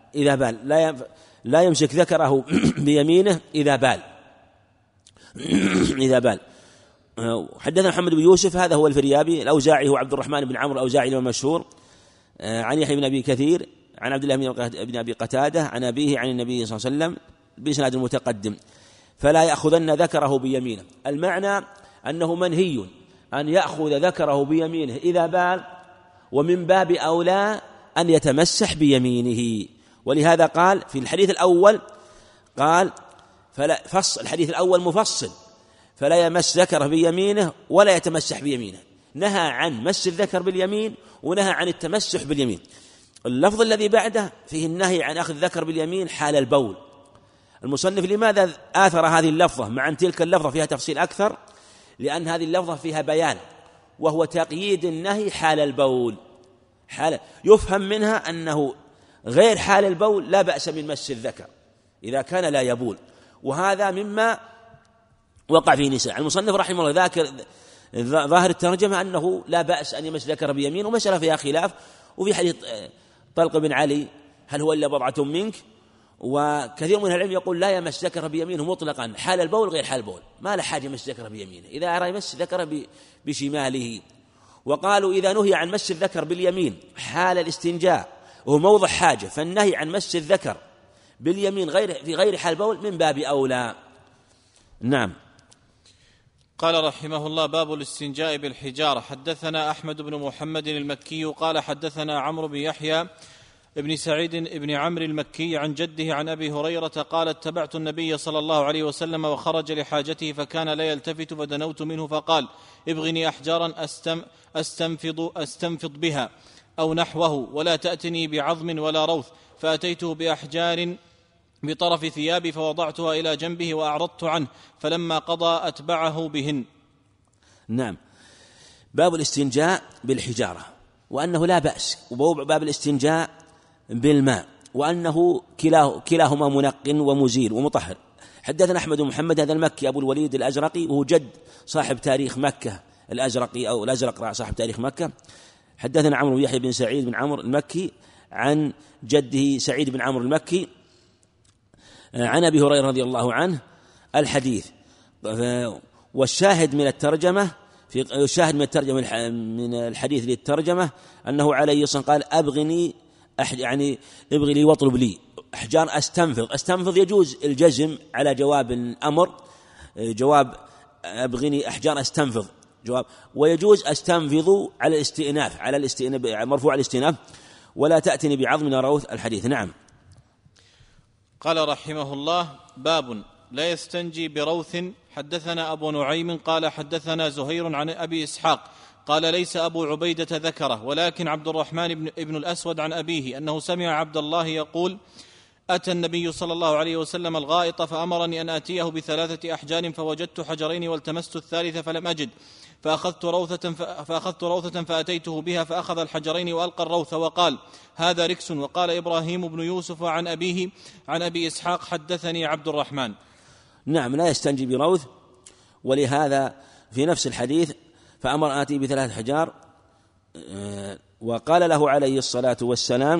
لا يمسك ذكره بيمينه إذا بال. حدثنا محمد بن يوسف هذا هو الفريابي، الأوزاعي هو عبد الرحمن بن عمرو الأوزاعي المشهور، عن يحيى بن أبي كثير عن عبد الله بن أبي قتادة عن أبيه عن النبي صلى الله عليه وسلم بإسناد المتقدم: فلا يأخذن ذكره بيمينه. المعنى أنه منهي أن يأخذ ذكره بيمينه إذا بال، ومن باب أولى أن يتمسح بيمينه. ولهذا قال في الحديث الأول، قال الحديث الأول مفصل: فلا يمس ذكره بيمينه ولا يتمسح بيمينه، نهى عن مس الذكر باليمين ونهى عن التمسح باليمين. اللفظ الذي بعده فيه النهي عن أخذ الذكر باليمين حال البول. المصنف لماذا آثر هذه اللفظة مع أن تلك اللفظة فيها تفصيل أكثر؟ لأن هذه اللفظة فيها بيان، وهو تقييد النهي حال البول. يفهم منها أنه غير حال البول لا بأس من مس الذكر إذا كان لا يبول، وهذا مما وقع فيه نساء. المصنف رحمه الله ذاكر ظاهر الترجمة أنه لا بأس أن يمس ذكر بيمين، ومسألة فيها خلاف. وفي حديث طلق بن علي: هل هو إلا بضعة منك؟ وكثير من العلم يقول لا يمس ذكر بيمينه مطلقا، حال البول غير حال البول، ما له حاجة يمس ذكر بيمينه، إذا أرى يمس ذكر بشماله. وقالوا إذا نهي عن مس الذكر باليمين حال الاستنجاء وهو موضع حاجة، فالنهي عن مس الذكر باليمين في غير حال البول من باب أولى. نعم. قال رحمه الله: باب الاستنجاء بالحجارة. حدثنا أحمد بن محمد المكي قال حدثنا عمرو بن يحيى ابن سعيد بن عمرو المكي عن جده عن أبي هريرة قال اتبعت النبي صلى الله عليه وسلم وخرج لحاجته فكان لا يلتفت فدنوت منه فقال ابغني أحجارا أستنفض بها أو نحوه ولا تأتني بعظم ولا روث، فأتيته بأحجار بطرف ثيابي فوضعتها إلى جنبه وأعرضت عنه، فلما قضى أتبعه بهن. نعم. باب الاستنجاء بالحجارة، وأنه لا بأس، وباب الاستنجاء بالماء، وأنه كلاهما منق ومزيل ومطهر. حدثنا أحمد بن محمد هذا المكي أبو الوليد الأزرقي، وهو جد صاحب تاريخ مكة الأزرقي أو الأزرق صاحب تاريخ مكة. حدثنا عمرو بن يحيى بن سعيد بن عمرو المكي عن جده سعيد بن عمرو المكي عن أبي هريرة رضي الله عنه الحديث. والشاهد من الترجمة من الحديث للترجمة أنه عليه الصلاة والسلام قال ابغي لي واطلب لي أحجار أستنفض يجوز الجزم على جواب الأمر، جواب أبغني أحجار أستنفض جواب، ويجوز أستنفض على الاستئناف مرفوع على الاستئناف، ولا تأتني بعظم روث الحديث. نعم. قال رحمه الله: باب لا يستنجي بروث. حدثنا أبو نعيم قال حدثنا زهير عن أبي إسحاق قال ليس أبو عبيدة ذكره، ولكن عبد الرحمن بن الأسود عن أبيه أنه سمع عبد الله يقول: أتى النبي صلى الله عليه وسلم الغائط فأمرني أن آتيه ب3 أحجار فوجدت حجرين والتمست الثالث فلم أجد، فأخذت روثة فأتيته بها فأخذ الحجرين وألقى الروث وقال: هذا ركس. وقال إبراهيم بن يوسف عن أبيه عن أبي إسحاق حدثني عبد الرحمن. نعم، لا يستنجي بروث، ولهذا في نفس الحديث فأمر آتي ب3 أحجار، وقال له عليه الصلاة والسلام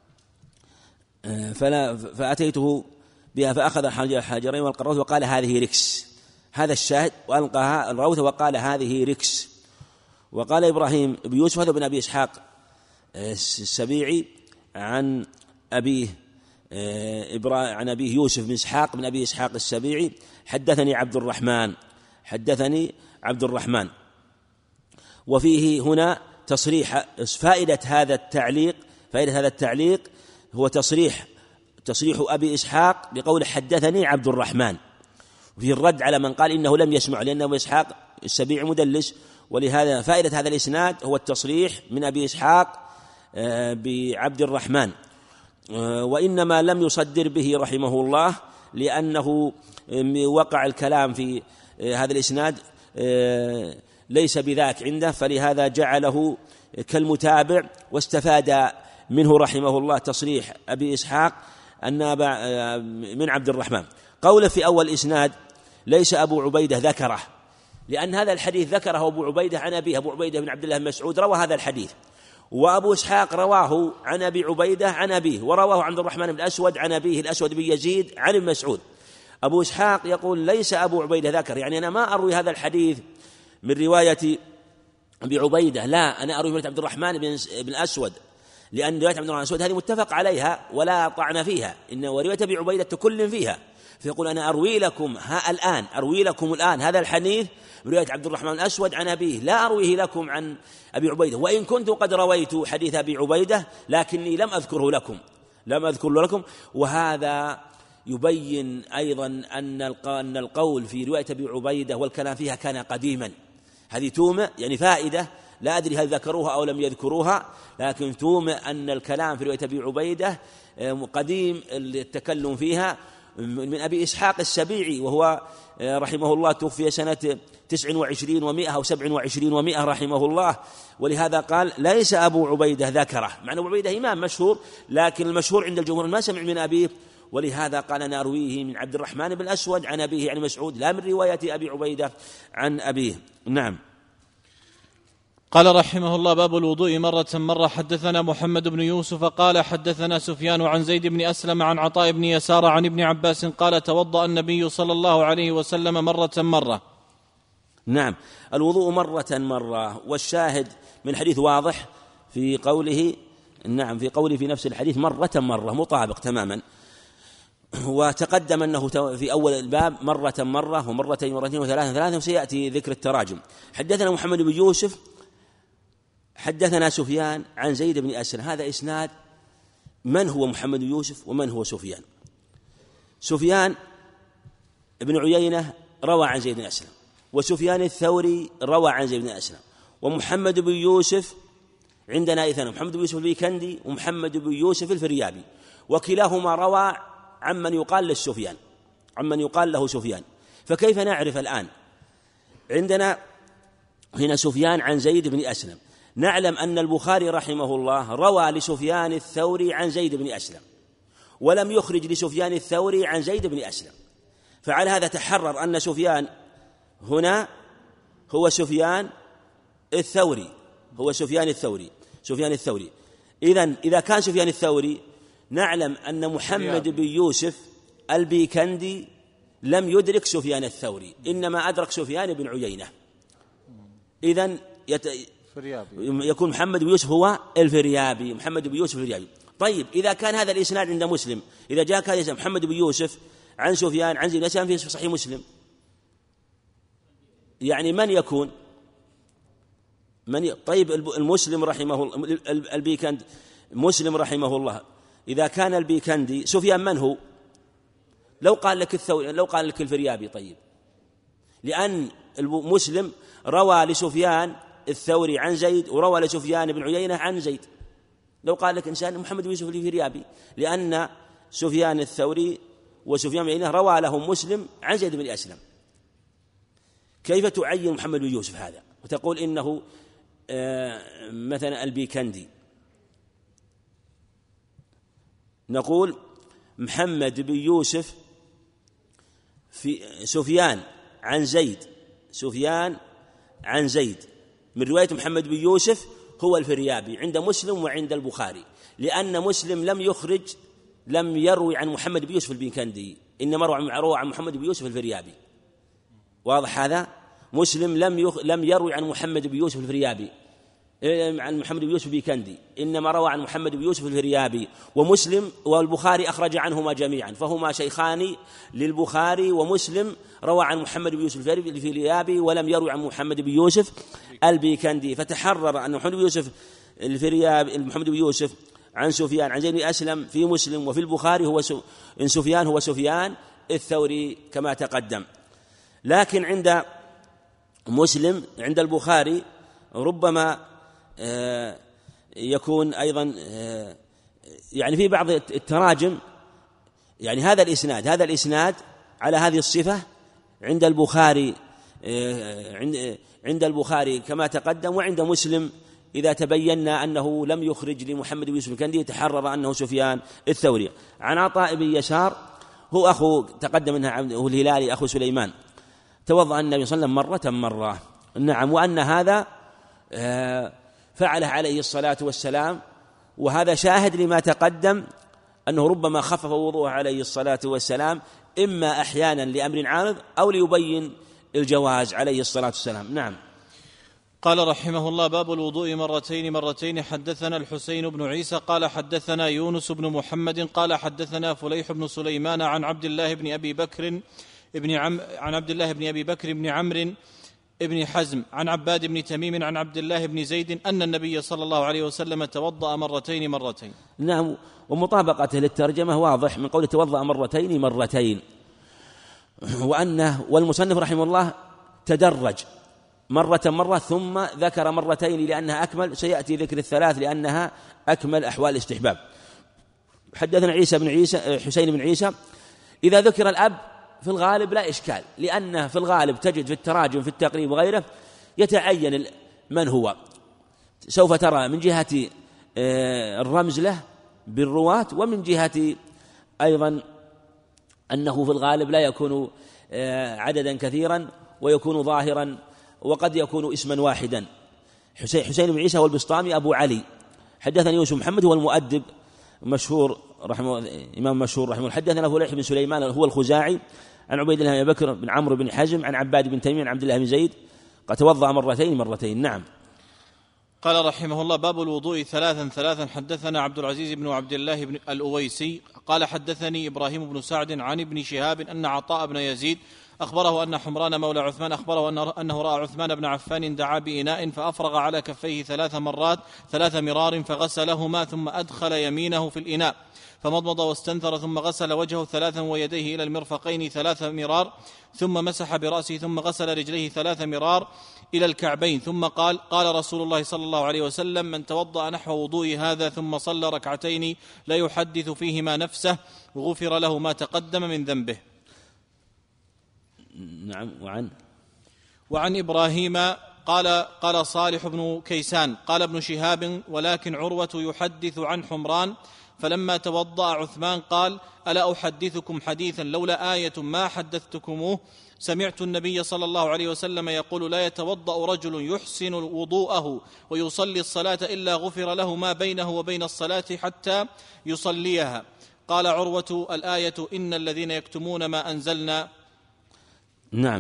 فأتيته بها فأخذ الحجرين والقى الروث وقال: هذه ركس. هذا الشاهد، وألقى الروث وقال: هذه ركس. وقال إبراهيم بن يوسف هذا بن أبي إسحاق السبيعي عن أبيه عن أبيه يوسف بن إسحاق بن أبي إسحاق السبيعي حدثني عبد الرحمن. وفيه هنا تصريح فائدة هذا التعليق هو تصريح أبي إسحاق بقول حدثني عبد الرحمن، وفيه الرد على من قال إنه لم يسمع، لأن أبي إسحاق السبيعي مدلس، ولهذا فائدة هذا الإسناد هو التصريح من أبي إسحاق بعبد الرحمن، وإنما لم يصدر به رحمه الله لأنه وقع الكلام في هذا الإسناد ليس بذاك عنده، فلهذا جعله كالمتابع، واستفاد منه رحمه الله تصريح أبي إسحاق من عبد الرحمن. قوله في أول إسناد ليس أبو عبيدة ذكره، لأن هذا الحديث ذكره أبو عبيدة عن أبيه، أبو عبيدة بن عبد الله بن مسعود روى هذا الحديث، وأبو إسحاق رواه عن أبي عبيدة عن أبيه، ورواه عبد الرحمن بن الأسود عن أبيه الأسود بن يزيد عن ابن مسعود. أبو إسحاق يقول ليس أبو عبيدة ذكر، يعني أنا ما أروي هذا الحديث من رواية أبي عبيدة، لا، أنا أروي من عبد الرحمن بن الأسود، لأن رواية عبد الرحمن بن الأسود هذه متفق عليها ولا طعن فيها، إن ورواية أبي عبيدة كل فيها، فيقول أنا أروي لكم الآن هذا الحديث برواية عبد الرحمن الأسود عن أبيه، لا أرويه لكم عن أبي عبيدة، وإن كنت قد رويت حديث أبي عبيدة لكني لم أذكره لكم. وهذا يبين أيضا أن القول في رواية أبي عبيدة والكلام فيها كان قديما. هذه تومة، يعني فائدة لا أدري هل ذكروها أو لم يذكروها، لكن تومة أن الكلام في رواية أبي عبيدة قديم التكلم فيها من أبي إسحاق السبيعي، وهو رحمه الله توفي سنة 29 و100 أو 27 و100 رحمه الله، ولهذا قال ليس أبو عبيدة ذكره، مع أن أبو عبيدة إمام مشهور، لكن المشهور عند الجمهور ما سمع من أبيه، ولهذا قال أنا أرويه من عبد الرحمن بن الأسود عن أبيه عن مسعود، لا من رواية أبي عبيدة عن أبيه. نعم. قال رحمه الله: باب الوضوء مرة. حدثنا محمد بن يوسف قال حدثنا سفيان عن زيد بن أسلم عن عطاء بن يسار عن ابن عباس قال توضأ النبي صلى الله عليه وسلم مرة. نعم، الوضوء مرة، والشاهد من الحديث واضح في قوله، نعم، في قوله في نفس الحديث مرة مطابق تماما، وتقدم أنه في أول الباب مرة ومرتين وثلاثة، وسيأتي ذكر التراجم. حدثنا محمد بن يوسف حدثنا سفيان عن زيد بن أسلم، هذا إسناد من هو محمد بن يوسف ومن هو سفيان. سفيان بن عيينة روى عن زيد بن أسلم، وسفيان الثوري روى عن زيد بن أسلم، ومحمد بن يوسف عندنا اثنان، محمد بن يوسف البيكندي ومحمد بن يوسف الفريابي، وكلاهما روى عمن يقال له سفيان. فكيف نعرف الآن؟ عندنا هنا سفيان عن زيد بن أسلم، نعلم أن البخاري رحمه الله روى لسفيان الثوري عن زيد بن أسلم، ولم يخرج لسفيان الثوري عن زيد بن أسلم، فعلى هذا تحرر أن سفيان هنا هو سفيان الثوري، إذن إذا كان سفيان الثوري نعلم أن محمد بن يوسف البيكندي لم يدرك سفيان الثوري، إنما أدرك سفيان بن عيينة، إذن يكون محمد بن يوسف هو الفريابي، طيب إذا كان هذا الإسناد عند مسلم، إذا جاء كان محمد بن يوسف عن سفيان عن زيد بن أسلم في صحيح مسلم، يعني من يكون طيب المسلم رحمه الله البيكندي، مسلم رحمه الله إذا كان البيكندي سفيان من هو؟ لو قال لك الفريابي، طيب لأن المسلم روى لسفيان الثوري عن زيد وروى لسفيان بن عيينة عن زيد، لو قال لك إنسان محمد بن يوسف الفريابي، لأن سفيان الثوري وسفيان بن عيينة روى لهم مسلم عن زيد بن أسلم، كيف تعين محمد بن يوسف هذا وتقول إنه مثلا البيكندي؟ نقول محمد بن يوسف في سفيان عن زيد من رواية محمد بن يوسف هو الفريابي عند مسلم وعند البخاري، لأن مسلم لم يروي عن محمد بن يوسف البيكندي، إنما روى عن محمد بن يوسف الفريابي. واضح هذا؟ مسلم لم يروي عن محمد بن يوسف الفريابي عن محمد بن يوسف البيكندي، إنما روى عن محمد بن يوسف الفريابي، ومسلم والبخاري أخرج عنهما جميعا، فهما شيخان للبخاري، ومسلم روى عن محمد بن يوسف الفريابي ولم يروي عن محمد بن يوسف البيكندي، فتحرر أن محمد بن يوسف الفريابي محمد بن يوسف عن سفيان عن زيد بن أسلم في مسلم وفي البخاري هو سفيان الثوري كما تقدم. لكن عند مسلم عند البخاري ربما يكون أيضا يعني في بعض التراجم يعني هذا الإسناد على هذه الصفة عند البخاري كما تقدم، وعند مسلم إذا تبينا أنه لم يخرج لمحمد بن يوسف الكندي تحرر أنه سفيان الثوري. عن عطاء بن يسار هو أخو تقدم أنه الهلالي أخو سليمان، توضأ النبي صلى الله عليه وسلم مرة، نعم، وأن هذا فعله عليه الصلاة والسلام، وهذا شاهد لما تقدم أنه ربما خفف وضوءه عليه الصلاة والسلام، إما أحيانا لأمر عارض أو ليبين الجواز عليه الصلاة والسلام. نعم. قال رحمه الله: باب الوضوء مرتين. حدثنا الحسين بن عيسى قال حدثنا يونس بن محمد قال حدثنا فليح بن سليمان عن عبد الله بن أبي بكر بن عمرو ابن حزم عن عباد بن تميم عن عبد الله بن زيد أن النبي صلى الله عليه وسلم توضأ مرتين. نعم، ومطابقته للترجمة واضح من قول توضأ مرتين، والمصنف رحمه الله تدرج مرة ثم ذكر مرتين لأنها أكمل، سيأتي ذكر الثلاث لأنها أكمل أحوال الاستحباب. حدثنا حسين بن عيسى. إذا ذكر الأب في الغالب لا إشكال، لأنه في الغالب تجد في التراجم في التقريب وغيره يتعين من هو، سوف ترى من جهة الرمز له بالرواة، ومن جهة أيضا أنه في الغالب لا يكون عددا كثيرا ويكون ظاهرا، وقد يكون اسما واحدا. حسين بن عيسى هو البسطامي أبو علي. حدثنا يوسف محمد هو المؤدب مشهور رحمه، إمام مشهور رحمه. حدثنا فليح بن سليمان هو الخزاعي عن عبيد الله بن بكر بن عمرو بن حزم عن عباد بن تميم عن عبد الله بن زيد قد توضأ مرتين. نعم. قال رحمه الله: باب الوضوء ثلاثا. حدثنا عبد العزيز بن عبد الله بن الأويسي قال حدثني إبراهيم بن سعد عن ابن شهاب أن عطاء بن يزيد أخبره أن حمران مولى عثمان أخبره أنه رأى عثمان بن عفان دعا بإناء فأفرغ على كفيه 3 مرار فغسلهما ثم أدخل يمينه في الإناء فمضمض واستنثر ثم غسل وجهه 3 ويديه إلى المرفقين 3 مرار ثم مسح برأسه ثم غسل رجليه 3 مرار إلى الكعبين ثم قال رسول الله صلى الله عليه وسلم: من توضأ نحو وضوء هذا ثم صلى 2 لا يحدث فيهما نفسه غفر له ما تقدم من ذنبه. نعم. وعن إبراهيم قال صالح بن كيسان قال ابن شهاب: ولكن عروة يحدث عن حمران فلما توضأ عثمان قال: ألا أحدثكم حديثا لولا آية ما حدثتكموه؟ سمعت النبي صلى الله عليه وسلم يقول: لا يتوضأ رجل يحسن وضوءه ويصلي الصلاة إلا غفر له ما بينه وبين الصلاة حتى يصليها. قال عروة: الآية إن الذين يكتمون ما أنزلنا. نعم.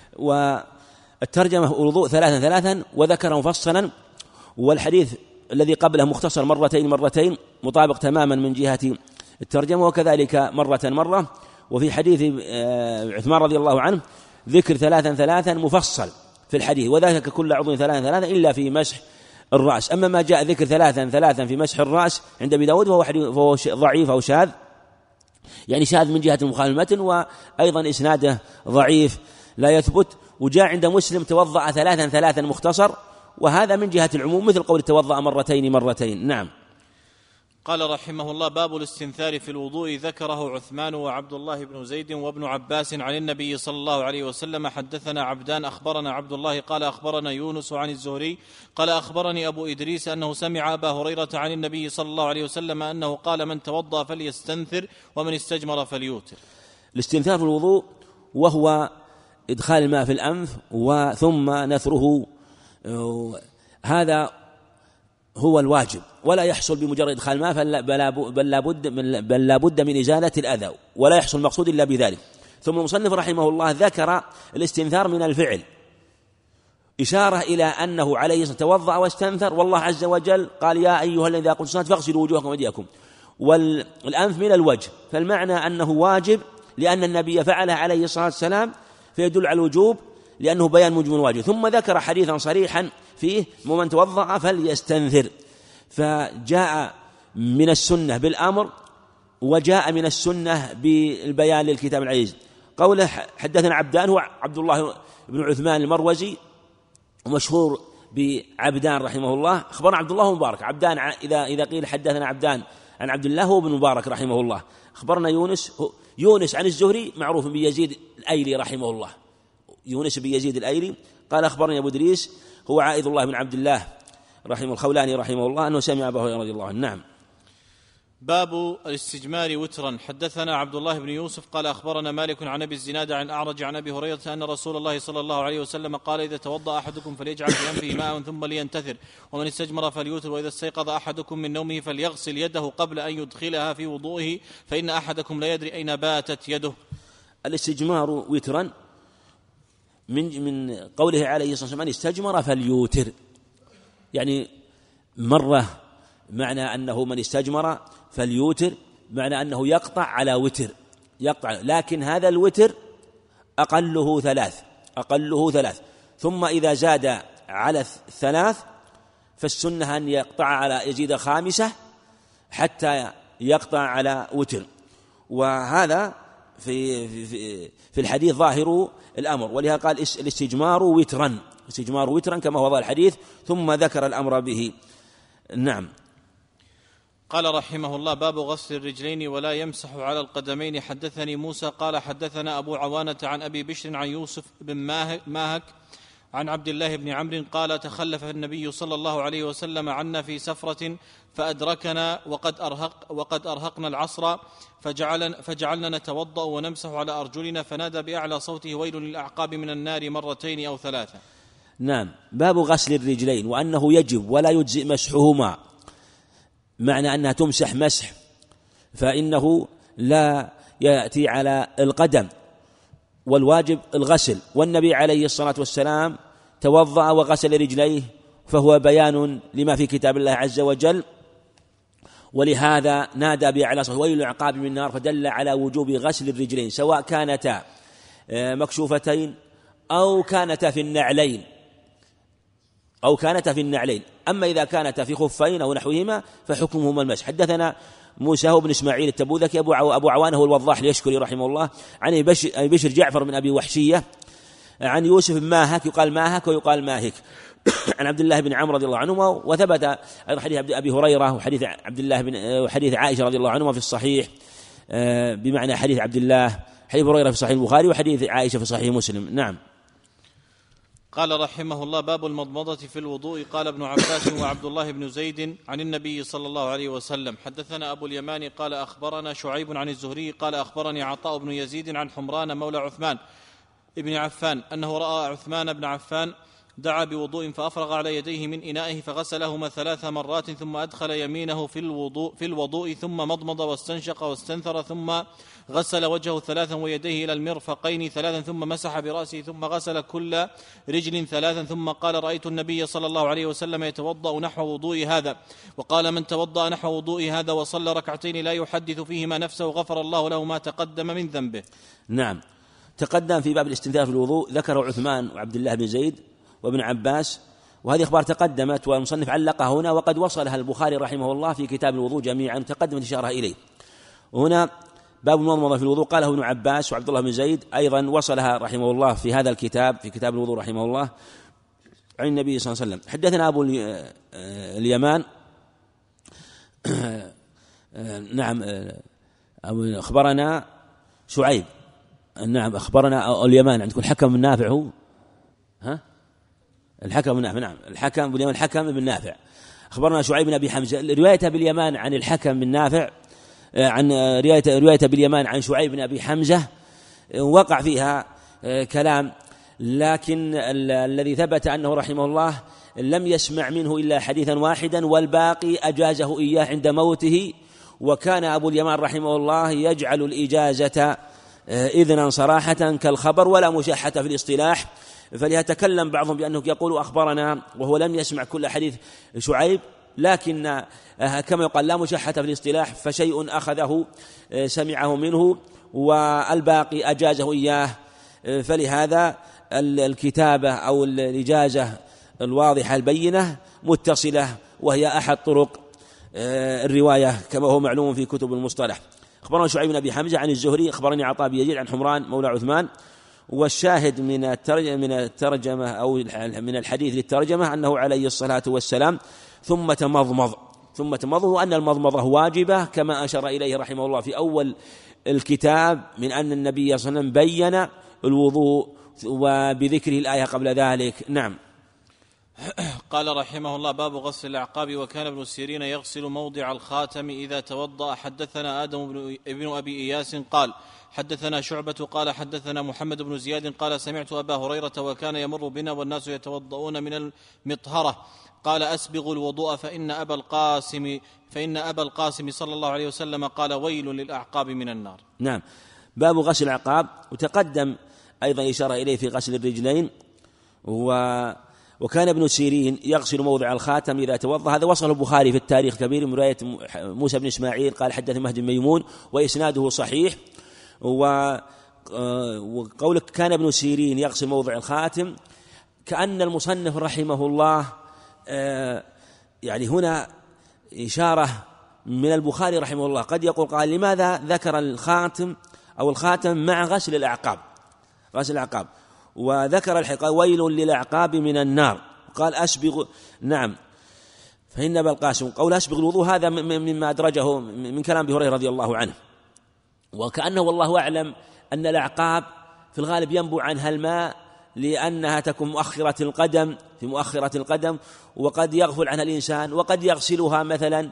والترجمة الوضوء 3 وذكر مفصلا، والحديث الذي قبله مختصر مرتين مطابق تماما من جهة الترجمة، وكذلك مرة. وفي حديث عثمان رضي الله عنه ذكر 3 مفصل في الحديث، وذلك كل عضو 3 إلا في مسح الرأس. أما ما جاء ذكر 3 في مسح الرأس عند أبي داود فهو ضعيف أو شاذ، يعني شاذ من جهة مخالف المتن، وأيضا إسناده ضعيف لا يثبت. وجاء عند مسلم توضأ 3 مختصر، وهذا من جهة العموم مثل قول توضأ مرتين. نعم. قال رحمه الله: باب الاستنثار في الوضوء. ذكره عثمان وعبد الله بن زيد وابن عباس عن النبي صلى الله عليه وسلم. حدثنا عبدان أخبرنا عبد الله قال أخبرنا يونس عن الزهري قال أخبرني أبو إدريس أنه سمع أبا هريرة عن النبي صلى الله عليه وسلم أنه قال: من توضأ فليستنثر ومن استجمر فليوتر. الاستنثار في الوضوء وهو إدخال الماء في الأنف ثم نثره، هذا هو الواجب، ولا يحصل بمجرد إدخال الماء، بل لا بد من إزالة الأذى، ولا يحصل المقصود إلا بذلك. ثم المصنف رحمه الله ذكر الاستنثار من الفعل، إشارة إلى أنه عليه الصلاة توضأ واستنثر، والله عز وجل قال: يا أيها الذين إذا قمتم الصلاة فاغسلوا وجوهكم وأيديكم. والأنف من الوجه، فالمعنى أنه واجب لأن النبي فعله عليه الصلاة والسلام، فيدل على الوجوب لأنه بيان مجمل واجب. ثم ذكر حديثا صريحا فيه: ومن توضأ فليستنثر. فجاء من السنة بالأمر، وجاء من السنة بالبيان للكتاب العزيز. قوله حدثنا عبدان هو عبد الله بن عثمان المروزي، ومشهور بعبدان رحمه الله. أخبرنا عبد الله مبارك. عبدان إذا قيل حدثنا عبدان عن عبد الله هو بن مبارك رحمه الله. أخبرنا يونس عن الزهري معروف بيزيد الأيلي رحمه الله، يونس بيزيد الأيلي. قال أخبرني أبو إدريس هو عائذ الله بن عبد الله رحمه الخولاني رحمه الله أنه سمع أبا هريرة رضي الله عنه. نعم. باب الاستجمار وترا. حدثنا عبد الله بن يوسف قال أخبرنا مالك عن أبي الزناد عن أعرج عن أبي هريرة أن رسول الله صلى الله عليه وسلم قال: إذا توضأ أحدكم فليجعل في أنفه ماء ثم لينتثر، ومن استجمر فليوتر، وإذا استيقظ أحدكم من نومه فليغسل يده قبل أن يدخلها في وضوئه، فإن أحدكم لا يدري أين باتت يده. الاستجمار وترا من قوله عليه الصلاة والسلام: استجمر فليوتر، يعني مرة معنى أنه من استجمر فليوتر معنى أنه يقطع على وتر، لكن هذا الوتر أقله 3، ثم إذا زاد على 3 فالسنة أن يقطع على يزيد 5 حتى يقطع على وتر. وهذا في الحديث ظاهر الأمر، ولهذا قال الاستجمار وترا كما هو ظاهر الحديث، ثم ذكر الأمر به. نعم. قال رحمه الله: باب غسل الرجلين ولا يمسح على القدمين. حدثني موسى قال حدثنا أبو عوانة عن أبي بشر عن يوسف بن ماهك عن عبد الله بن عمرو قال: تخلف النبي صلى الله عليه وسلم عنا في سفرة فأدركنا وقد أرهقنا العصر، فجعلنا نتوضأ ونمسح على أرجلنا، فنادى بأعلى صوته: ويل للأعقاب من النار 2 أو 3. نعم. باب غسل الرجلين، وأنه يجب ولا يجزئ مسحهما، معنى أنها تمسح مسح، فإنه لا يأتي على القدم، والواجب الغسل. والنبي عليه الصلاة والسلام توضأ وغسل رجليه، فهو بيان لما في كتاب الله عز وجل، ولهذا نادى بأعلى صوته: ويل للأعقاب من النار، فدل على وجوب غسل الرجلين، سواء كانتا مكشوفتين أو كانتا في النعلين أما إذا كانتا في خفين أو نحوهما فحكمهما المسح. حدثنا موسى هو بن إسماعيل التبوذكي أبو عوانة هو الوضاح اليشكري رحمه الله عن بشر جعفر بن أبي وحشية عن يوسف بن ماهك يقال ماهك ويقال ماهك عن عبد الله بن عمرو رضي الله عنهما. وثبت حديث أبي هريرة وحديث عبد الله وحديث عائشة رضي الله عنهما في الصحيح بمعنى حديث حديث هريرة في صحيح البخاري وحديث عائشة في صحيح مسلم. نعم. قال رحمه الله: باب المضمضة في الوضوء. قال ابن عباس وعبد الله بن زيد عن النبي صلى الله عليه وسلم: حدثنا أبو اليمان قال أخبرنا شعيب عن الزهري قال أخبرني عطاء بن يزيد عن حمران مولى عثمان ابن عفان أنه رأى عثمان بن عفان دعا بوضوء فأفرغ على يديه من إنائه فغسلهما 3 مرات ثم أدخل يمينه في الوضوء ثم مضمض واستنشق واستنثر ثم غسل وجهه 3 ويديه إلى المرفقين 3 ثم مسح برأسه ثم غسل كل رجل 3 ثم قال: رأيت النبي صلى الله عليه وسلم يتوضأ نحو وضوء هذا. وقال: من توضأ نحو وضوء هذا وصلى 2 ركعتين لا يحدث فيهما نفسه غفر الله له ما تقدم من ذنبه. نعم. تقدم في باب الاستنثار في الوضوء ذكره عثمان وعبد الله بن زيد وابن عباس، وهذه أخبار تقدمت والمصنف علقها هنا وقد وصلها البخاري رحمه الله في كتاب الوضوء جميعا تقدمت إشارة إليه. وهنا باب المضمضة في الوضوء قاله ابن عباس وعبد الله بن زيد أيضا وصلها رحمه الله في هذا الكتاب في كتاب الوضوء رحمه الله عن النبي صلى الله عليه وسلم. حدثنا أبو اليمان نعم أخبرنا شعيب نعم أخبرنا اليمان عندكم الحكم بن نافع هو الحكم بن نافع نعم الحكم باليمان الحكم بن نافع أخبرنا شعيب بن أبي حمزة. رواية باليمان عن الحكم بن نافع عن رواية باليمان عن شعيب بن أبي حمزة وقع فيها كلام، لكن الذي ثبت أنه رحمه الله لم يسمع منه إلا حديثا واحدا والباقي أجازه إياه عند موته. وكان أبو اليمان رحمه الله يجعل الإجازة إذنا صراحة كالخبر ولا مشاحة في الاصطلاح، فليتكلم بعضهم بأنه يقول أخبرنا وهو لم يسمع كل حديث شعيب، لكن كما يقال لا مشاحة في الاصطلاح فشيء أخذه سمعه منه والباقي أجازه إياه. فلهذا الكتابة أو الإجازة الواضحة البينة متصلة وهي أحد طرق الرواية كما هو معلوم في كتب المصطلح. أخبرنا شعيب بن أبي حمزة عن الزهري أخبرني عطاء بن يزيد عن حمران مولى عثمان. والشاهد من الترجمة أو من الحديث للترجمة أنه عليه الصلاة والسلام ثم تمضمض وأن المضمضة واجبة كما أشار إليه رحمه الله في أول الكتاب من أن النبي صلى الله عليه وسلم بين الوضوء وبذكره الآية قبل ذلك. نعم. قال رحمه الله: باب غسل الأعقاب. وكان ابن سيرين يغسل موضع الخاتم إذا توضأ. حدثنا آدم بن أبي إياس قال حدثنا شعبة قال حدثنا محمد بن زياد قال سمعت أبا هريرة وكان يمر بنا والناس يتوضؤون من المطهرة قال: أسبغوا الوضوء فإن أبا القاسم صلى الله عليه وسلم قال: ويل للأعقاب من النار. نعم. باب غسل الأعقاب. وتقدم أيضا إشارة إليه في غسل الرجلين. وكان ابن سيرين يغسل موضع الخاتم إذا توضأ. هذا وصل البخاري في التاريخ الكبير من رواية موسى بن إسماعيل قال حدث مهدي بن ميمون وإسناده صحيح. وقولك كان ابن سيرين يغسل موضع الخاتم كأن المصنف رحمه الله يعني هنا إشارة من البخاري رحمه الله. قد يقول قال لماذا ذكر الخاتم أو الخاتم مع غسل الأعقاب وذكر الحقيقة ويل للأعقاب من النار قال أسبغ. نعم. فإن أبا القاسم قول أسبغ الوضوء هذا مما أدرجه من كلام أبي هريرة رضي الله عنه، وكأنه والله أعلم أن الأعقاب في الغالب ينبع عنها الماء لأنها تكون في مؤخرة القدم وقد يغفل عنها الإنسان وقد يغسلها مثلا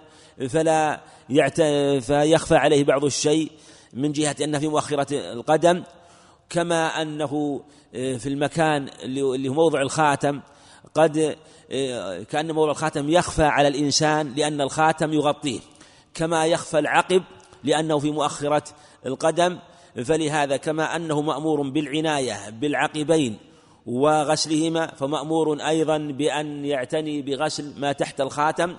فيخفى عليه بعض الشيء من جهة أنها في مؤخرة القدم، كما أنه في المكان اللي هو موضع الخاتم قد كأن موضع الخاتم يخفى على الإنسان لأن الخاتم يغطيه، كما يخفى العقب لأنه في مؤخرة القدم. فلهذا كما أنه مأمور بالعناية بالعقبين وغسلهما فمأمور أيضا بأن يعتني بغسل ما تحت الخاتم.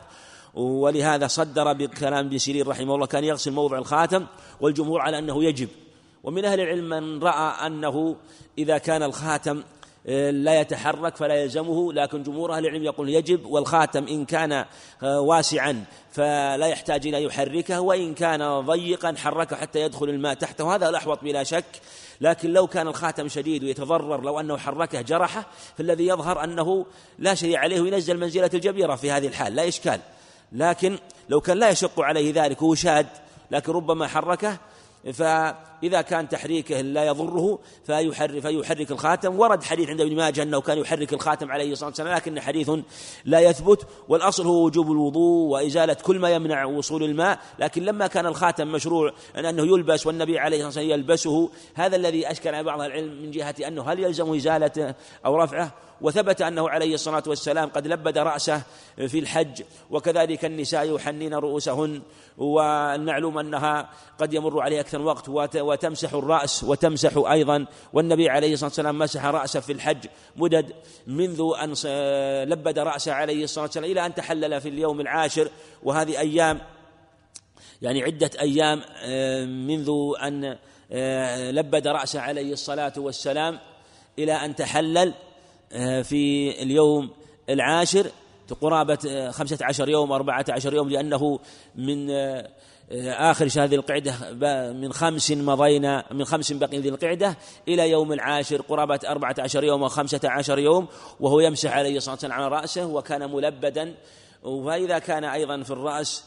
ولهذا صدر بكلام ابن سيرين رحمه الله كان يغسل موضع الخاتم والجمهور على أنه يجب، ومن أهل العلم من رأى أنه إذا كان الخاتم لا يتحرك فلا يلزمه، لكن جمهور أهل العلم يقول يجب، والخاتم إن كان واسعا فلا يحتاج إلى يحركه، وإن كان ضيقا حركه حتى يدخل الماء تحته، هذا الأحوط بلا شك. لكن لو كان الخاتم شديد ويتضرر لو أنه حركه جرحه، فالذي يظهر أنه لا شيء عليه وينزل منزلة الجبيرة في هذه الحال لا إشكال. لكن لو كان لا يشق عليه ذلك وهو شاد لكن ربما حركه، فإذا كان تحريكه لا يضره فيحرك الخاتم. ورد حديث عند ابن ماجه أنه كان يحرك الخاتم عليه الصلاة والسلام، لكن حديث لا يثبت، والأصل هو وجوب الوضوء وإزالة كل ما يمنع وصول الماء. لكن لما كان الخاتم مشروع أنه يلبس والنبي عليه الصلاة والسلام يلبسه، هذا الذي أشكل على بعض العلم من جهة أنه هل يلزم إزالته أو رفعه. وثبت أنه عليه الصلاة والسلام قد لبد رأسه في الحج، وكذلك النساء يحنين رؤوسهن، ونعلم أنها قد يمر عليه أكثر وقت وتمسح الرأس وتمسح أيضا، والنبي عليه الصلاة والسلام مسح رأسه في الحج مدد منذ أن لبد رأسه عليه الصلاة والسلام إلى أن تحلل في اليوم العاشر، وهذه أيام يعني عدة أيام منذ أن لبد رأسه عليه الصلاة والسلام إلى أن تحلل في اليوم العاشر، قرابة 15 يوم 14 يوم، لأنه من آخر شهر ذي القعدة من 5 بقي ذي القعدة إلى يوم العاشر قرابة 14 يوم و15 يوم، وهو يمسح عليه الصلاة والسلام على رأسه وكان ملبدا. وإذا كان أيضا في الرأس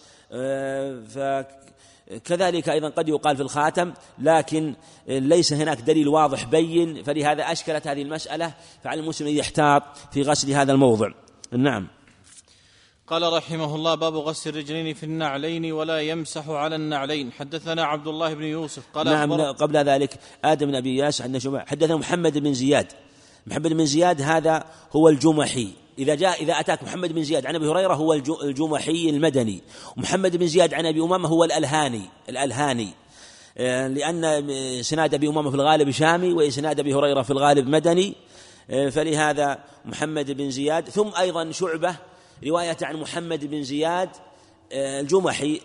كذلك أيضا قد يقال في الخاتم، لكن ليس هناك دليل واضح بين، فلهذا أشكلت هذه المسألة، فعلى المسلم يحتاط في غسل هذا الموضع. نعم. قال رحمه الله: باب غسل الرجلين في النعلين ولا يمسح على النعلين. حدثنا عبد الله بن يوسف قال نعم. قبل ذلك آدم بن أبي ياس حدثنا محمد بن زياد هذا هو الجمحي. إذا أتاك محمد بن زياد عن أبي هريرة هو الجمحي المدني، ومحمد بن زياد عن أبي أمامة هو الألهاني، لأن سناد أبي أمامة في الغالب شامي وإسناد أبي هريرة في الغالب مدني، فلهذا محمد بن زياد. ثم أيضا شعبة رواية عن محمد بن زياد الجمحي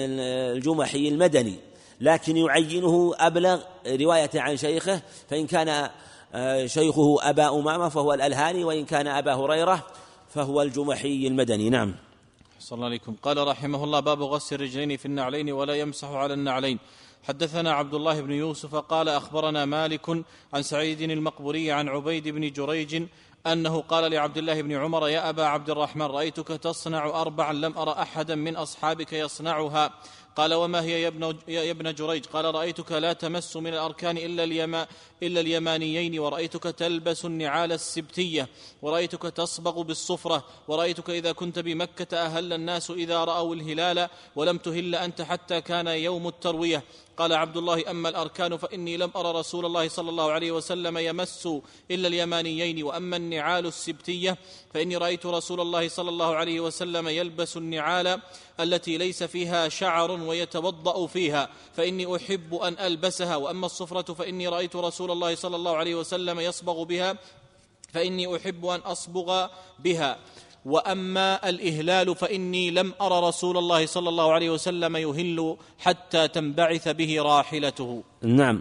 المدني، لكن يعينه أبلغ رواية عن شيخه، فإن كان شيخه أبا أمامة فهو الألهاني، وإن كان أبا هريرة فهو الجمحي المدني. نعم. صلى الله عليكم. قال رحمه الله: باب غسل الرجلين في النعلين ولا يمسح على النعلين. حدثنا عبد الله بن يوسف قال أخبرنا مالك عن سعيد المقبوري عن عبيد بن جريج أنه قال لعبد الله بن عمر: يا أبا عبد الرحمن، رأيتك تصنع 4 لم أرى أحدا من أصحابك يصنعها. قال: وما هي يا ابن جريج؟ قال: رأيتك لا تمس من الأركان إلا اليمانيين، ورأيتك تلبس النعال السبتية، ورأيتك تصبغ بالصفرة، ورأيتك إذا كنت بمكة أهل الناس إذا رأوا الهلال، ولم تهل أنت حتى كان يوم التروية. قال عبد الله: أما الأركان فإني لم أرى رسول الله صلى الله عليه وسلم يمس إلا اليمانيين، وأما النعال السبتية فإني رأيت رسول الله صلى الله عليه وسلم يلبس النعال التي ليس فيها شعر ويتوضأ فيها، فإني أحب أن ألبسها. وأما الصفرة فإني رأيت رسول الله صلى الله عليه وسلم يصبغ بها، فإني أحب أن أصبغ بها. وأما الإهلال فإني لم أرى رسول الله صلى الله عليه وسلم يهل حتى تنبعث به راحلته. نعم.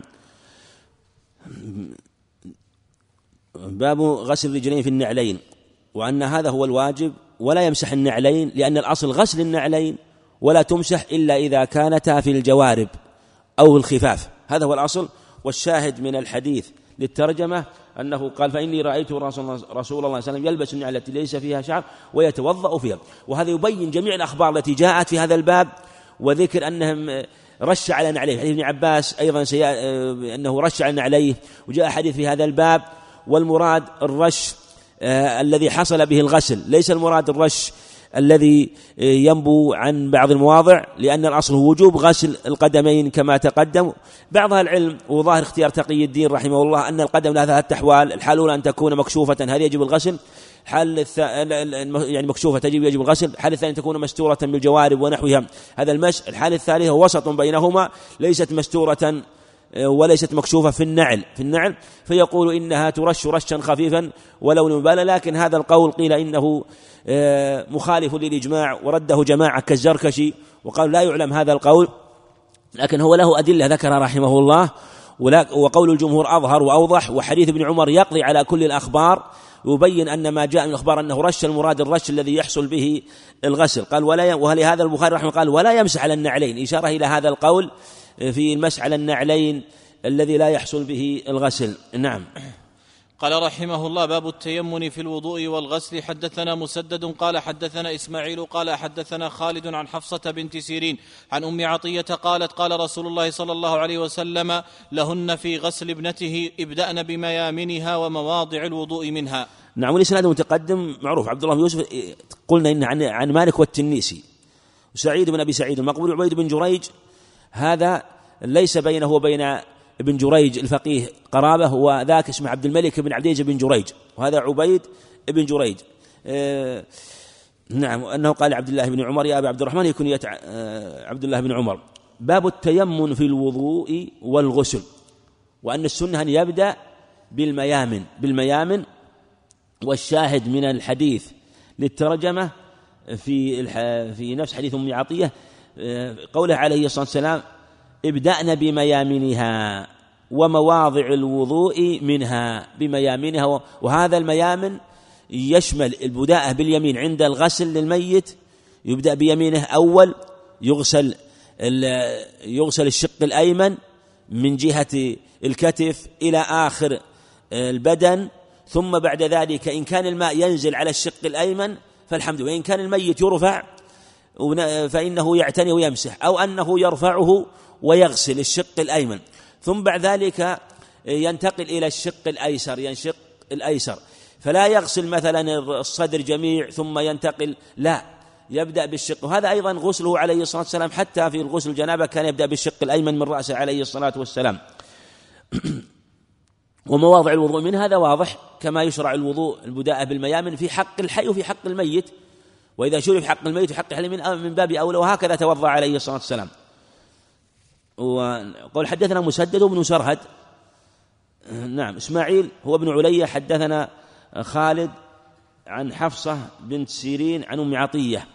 باب غسل الرجلين في النعلين، وأن هذا هو الواجب، ولا يمسح النعلين، لأن الأصل غسل النعلين ولا تمسح إلا إذا كانتا في الجوارب أو الخفاف، هذا هو الأصل. والشاهد من الحديث للترجمة أنه قال: فإني رأيت رسول الله صلى الله عليه وسلم يلبس النعل التي ليس فيها شعر ويتوضأ فيها. وهذا يبين جميع الأخبار التي جاءت في هذا الباب، وذكر أنهم رش على نعليه. حديث ابن عباس أيضا أنه رش على نعليه، وجاء حديث في هذا الباب. والمراد الرش الذي حصل به الغسل، ليس المراد الرش الذي ينبو عن بعض المواضع، لأن الأصل هو وجوب غسل القدمين كما تقدم. بعض العلم وظاهر اختيار تقي الدين رحمه الله أن القدم لها 3 أحوال: الحال الأولى أن تكون مكشوفة، هذه يجب الغسل، يعني مكشوفة يجب الغسل. الحال الثاني أن تكون مستورة بالجوارب ونحوها، هذا المسح. الحال الثالثة هو وسط بينهما، ليست مستورة وليست مكشوفة في النعل، فيقول إنها ترش رشا خفيفا ولو لمبالغة. لكن هذا القول قيل إنه مخالف للإجماع، ورده جماعة كالزركشي وقال لا يعلم هذا القول، لكن هو له أدلة ذكر رحمه الله. وقول الجمهور أظهر وأوضح، وحديث ابن عمر يقضي على كل الأخبار، يبين أن ما جاء من الأخبار أنه رش المراد الرش الذي يحصل به الغسل. قال ولهذا البخاري رحمه الله قال ولا يمسح على النعلين، إشارة إلى هذا القول في المسح على النعلين الذي لا يحصل به الغسل. نعم. قال رحمه الله: باب التيمم في الوضوء والغسل. حدثنا مسدد قال حدثنا إسماعيل قال حدثنا خالد عن حفصة بنت سيرين عن أم عطية قالت: قال رسول الله صلى الله عليه وسلم لهن في غسل ابنته: ابدأن بميامنها ومواضع الوضوء منها. نعم. والإسناد المتقدم معروف، عبد الله بن يوسف قلنا إن عن مالك والتنيسي، وسعيد بن أبي سعيد المقبول، عبيد بن جريج، هذا ليس بينه وبين ابن جريج الفقيه قرابة، وذاك اسمه عبد الملك بن عبد العزيز بن جريج، وهذا عبيد بن جريج. نعم. أنه قال عبد الله بن عمر: يا أبا عبد الرحمن، يكون عبد الله بن عمر. باب التيمم في الوضوء والغسل، وأن السنة أن يبدأ بالميامن. والشاهد من الحديث للترجمة في نفس حديث أم عطية قوله عليه الصلاة والسلام: ابدأن بميامنها ومواضع الوضوء منها، بميامنها. وهذا الميامن يشمل البداءة باليمين عند الغسل للميت، يبدأ بيمينه أول، يغسل الشق الأيمن من جهة الكتف إلى آخر البدن، ثم بعد ذلك إن كان الماء ينزل على الشق الأيمن فالحمد لله، وإن كان الميت يرفع فإنه يعتني ويمسح، أو أنه يرفعه ويغسل الشق الأيمن، ثم بعد ذلك ينتقل إلى الشق الأيسر، ينشق الأيسر، فلا يغسل مثلا الصدر جميع ثم ينتقل، لا، يبدأ بالشق. وهذا أيضا غسله عليه الصلاة والسلام، حتى في الغسل الجنابة كان يبدأ بالشق الأيمن من رأسه عليه الصلاة والسلام. ومواضع الوضوء من هذا واضح، كما يشرع الوضوء البداءة بالميامن في حق الحي وفي حق الميت، وإذا شرع في حق الميت وفي حق الحي من باب أولى، وهكذا توضأ عليه الصلاة والسلام. وقال حدثنا مسدد بن سرهد. نعم. إسماعيل هو ابن علية. حدثنا خالد عن حفصة بنت سيرين عن أم عطية.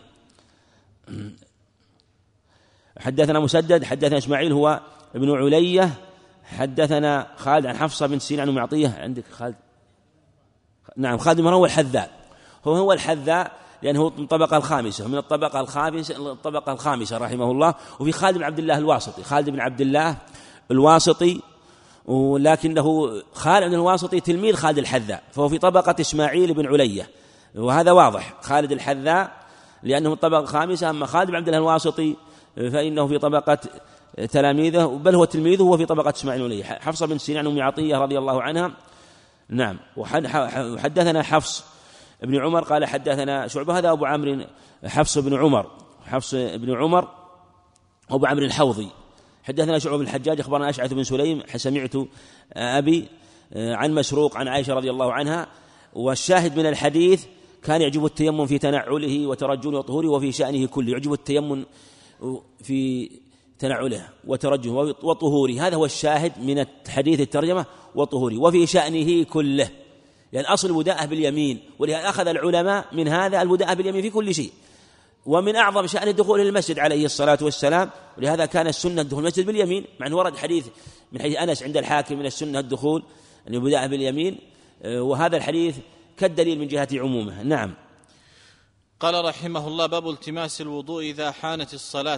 حدثنا مسدد. حدثنا إسماعيل هو ابن علية. حدثنا خالد عن حفصة بنت سيرين عن أم عطية. عندك خالد؟ نعم. خالد هو الحذاء، هو الحذاء لأنه من الطبقة الخامسة، من الطبقة الخامسة رحمه الله. وفي خالد بن عبد الله الواسطي، خالد بن عبد الله الواسطي، ولكنه خالد بن الواسطي تلميذ خالد الحذاء، فهو في طبقة إسماعيل بن علية، وهذا واضح. خالد الحذاء لأنه من الطبقة الخامسة، أما خالد بن عبد الله الواسطي فإنه في طبقة تلاميذه، بل هو تلميذه، وفي طبقة إسماعيل بن علية. حفصة بن سيرين عن أم عطية رضي الله عنها. نعم. وحدثنا حفص ابن عمر قال حدثنا شعبة، هذا أبو عمرو حفص بن عمر أبو عمرو الحوضي. حدثنا شعبة بن الحجاج أخبرنا أشعث بن سليم سمعت أبي عن مسروق عن عائشة رضي الله عنها. والشاهد من الحديث: كان يعجب التيمم في تنعله وترجله وطهوره وفي شأنه كله. يعجب التيمم في تنعله وترجله وطهوره، هذا هو الشاهد من حديث الترجمة، وطهوره وفي شأنه كله، لأن أصل البداءة باليمين، ولهذا أخذ العلماء من هذا البداءة باليمين في كل شيء. ومن أعظم شأن الدخول إلى المسجد عليه الصلاة والسلام، ولهذا كان السنة دخول المسجد باليمين، مع أن ورد حديث من حديث أنس عند الحاكم من السنة الدخول أن البداءة باليمين، وهذا الحديث كالدليل من جهة عمومه. نعم. قال رحمه الله: باب التماس الوضوء إذا حانت الصلاة.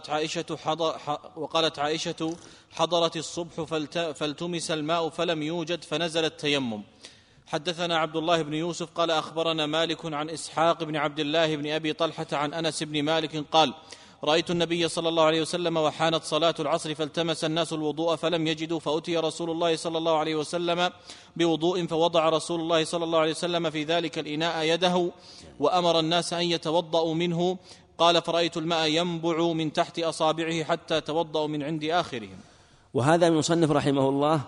وقالت عائشة: حضرت الصبح فالتمس الماء فلم يوجد فنزل التيمم. حدثنا عبد الله بن يوسف قال أخبرنا مالك عن إسحاق بن عبد الله بن أبي طلحة عن أنس بن مالك قال: رأيت النبي صلى الله عليه وسلم وحانت صلاة العصر فالتمس الناس الوضوء فلم يجدوا، فأتي رسول الله صلى الله عليه وسلم بوضوء، فوضع رسول الله صلى الله عليه وسلم في ذلك الإناء يده وأمر الناس أن يتوضأوا منه. قال: فرأيت الماء ينبع من تحت أصابعه حتى توضأوا من عند آخرهم. وهذا من المصنف رحمه الله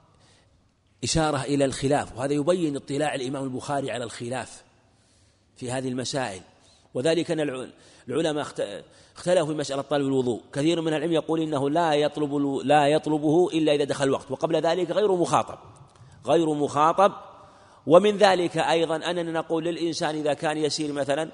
إشارة إلى الخلاف، وهذا يبين اطلاع الإمام البخاري على الخلاف في هذه المسائل، وذلك أن العلماء اختلفوا في مسألة طلب الوضوء. كثير من العلم يقول إنه لا يطلبه إلا إذا دخل الوقت، وقبل ذلك غير مخاطب. ومن ذلك أيضا أننا نقول للإنسان إذا كان يسير مثلا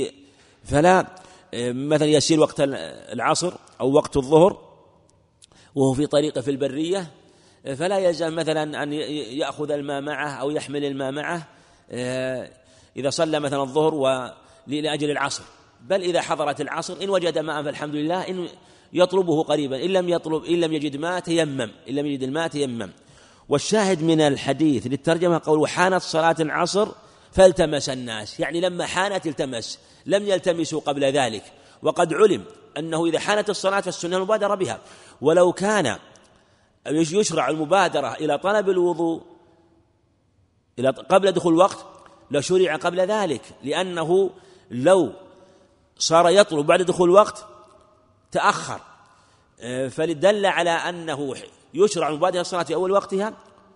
فلا مثلا يسير وقت العصر أو وقت الظهر وهو في طريقه في البرية، فلا يلزم مثلا أن يأخذ الماء معه أو يحمل الماء معه إذا صلى مثلا الظهر لأجل العصر، بل إذا حضرت العصر إن وجد ماء فالحمد لله، إن يطلبه قريبا، إن لم يجد ماء تيمم، إن لم يجد الماء تيمم. والشاهد من الحديث للترجمة قول حانت صلاة العصر فالتمس الناس، يعني لما حانت التمس، لم يلتمسوا قبل ذلك، وقد علم أنه إذا حانت الصلاة فالسنة المبادرة بها، ولو كان يشرع المبادرة إلى طلب الوضوء قبل دخول الوقت لشرع قبل ذلك، لأنه لو صار يطلب بعد دخول الوقت تأخر، فدل على أنه يشرع المبادرة الصلاة في أول وقتها،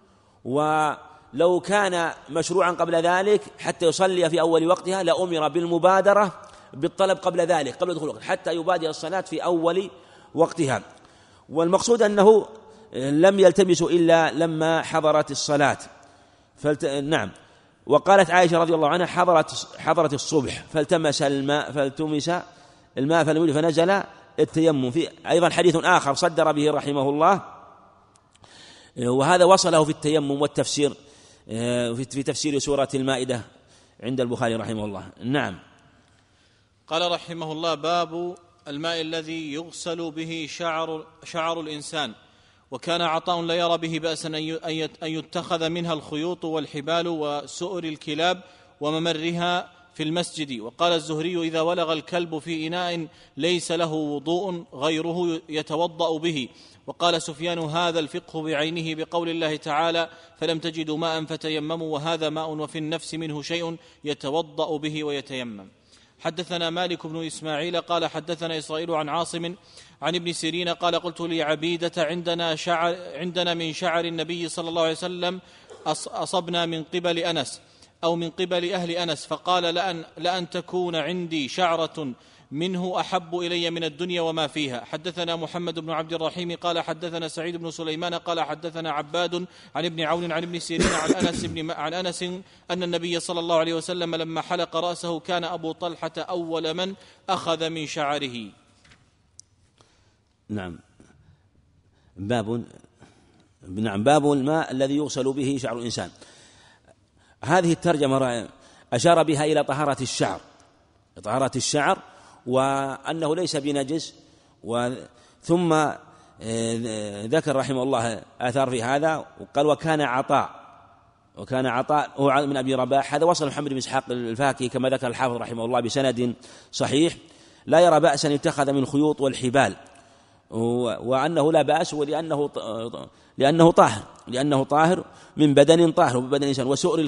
ولو كان مشروعا قبل ذلك حتى يصلي في أول وقتها لأمر بالمبادرة بالطلب قبل ذلك قبل دخول الوقت حتى يبادر الصلاة في أول وقتها. والمقصود أنه لم يلتمسوا إلا لما حضرت الصلاة. نعم. وقالت عائشة رضي الله عنها حضرت الصبح فالتمس الماء فلم يجد فنزل التيمم. في أيضا حديث آخر صدر به رحمه الله، وهذا وصله في التيمم والتفسير في تفسير سورة المائدة عند البخاري رحمه الله. نعم. قال رحمه الله: باب الماء الذي يغسل به شعر الإنسان. وكان عطاء لا يرى به بأسا أن يتخذ منها الخيوط والحبال وسؤر الكلاب وممرها في المسجد. وقال الزهري: إذا ولغ الكلب في إناء ليس له وضوء غيره يتوضأ به. وقال سفيان: هذا الفقه بعينه بقول الله تعالى: فلم تجدوا ماء فتيمموا، وهذا ماء وفي النفس منه شيء يتوضأ به ويتيمم. حدثنا مالك بن إسماعيل قال حدثنا إسرائيل عن عاصم عن ابن سيرين قال: قلت لعبيدة: عندنا من شعر النبي صلى الله عليه وسلم أصبنا من قبل أنس أو من قبل أهل أنس، فقال: لأن تكون عندي شعرة منه أحب إلي من الدنيا وما فيها. حدثنا محمد بن عبد الرحيم قال حدثنا سعيد بن سليمان قال حدثنا عباد عن ابن عون عن ابن سيرين عن أنس أن النبي صلى الله عليه وسلم لما حلق رأسه كان أبو طلحة أول من أخذ من شعره. نعم. باب الماء الذي يغسل به شعر الإنسان. هذه الترجمة أشار بها إلى طهارة الشعر وأنه ليس بنجس، ثم ذكر رحمه الله آثار في هذا، وقال: وكان عطاء هو من أبي رباح. هذا وصل محمد بن إسحاق الفاكهي كما ذكر الحافظ رحمه الله بسند صحيح، لا يرى بأسا يتخذ من خيوط والحبال، وأنه لا بأس، لأنه طاهر من بدن طاهر وبدن إنسان.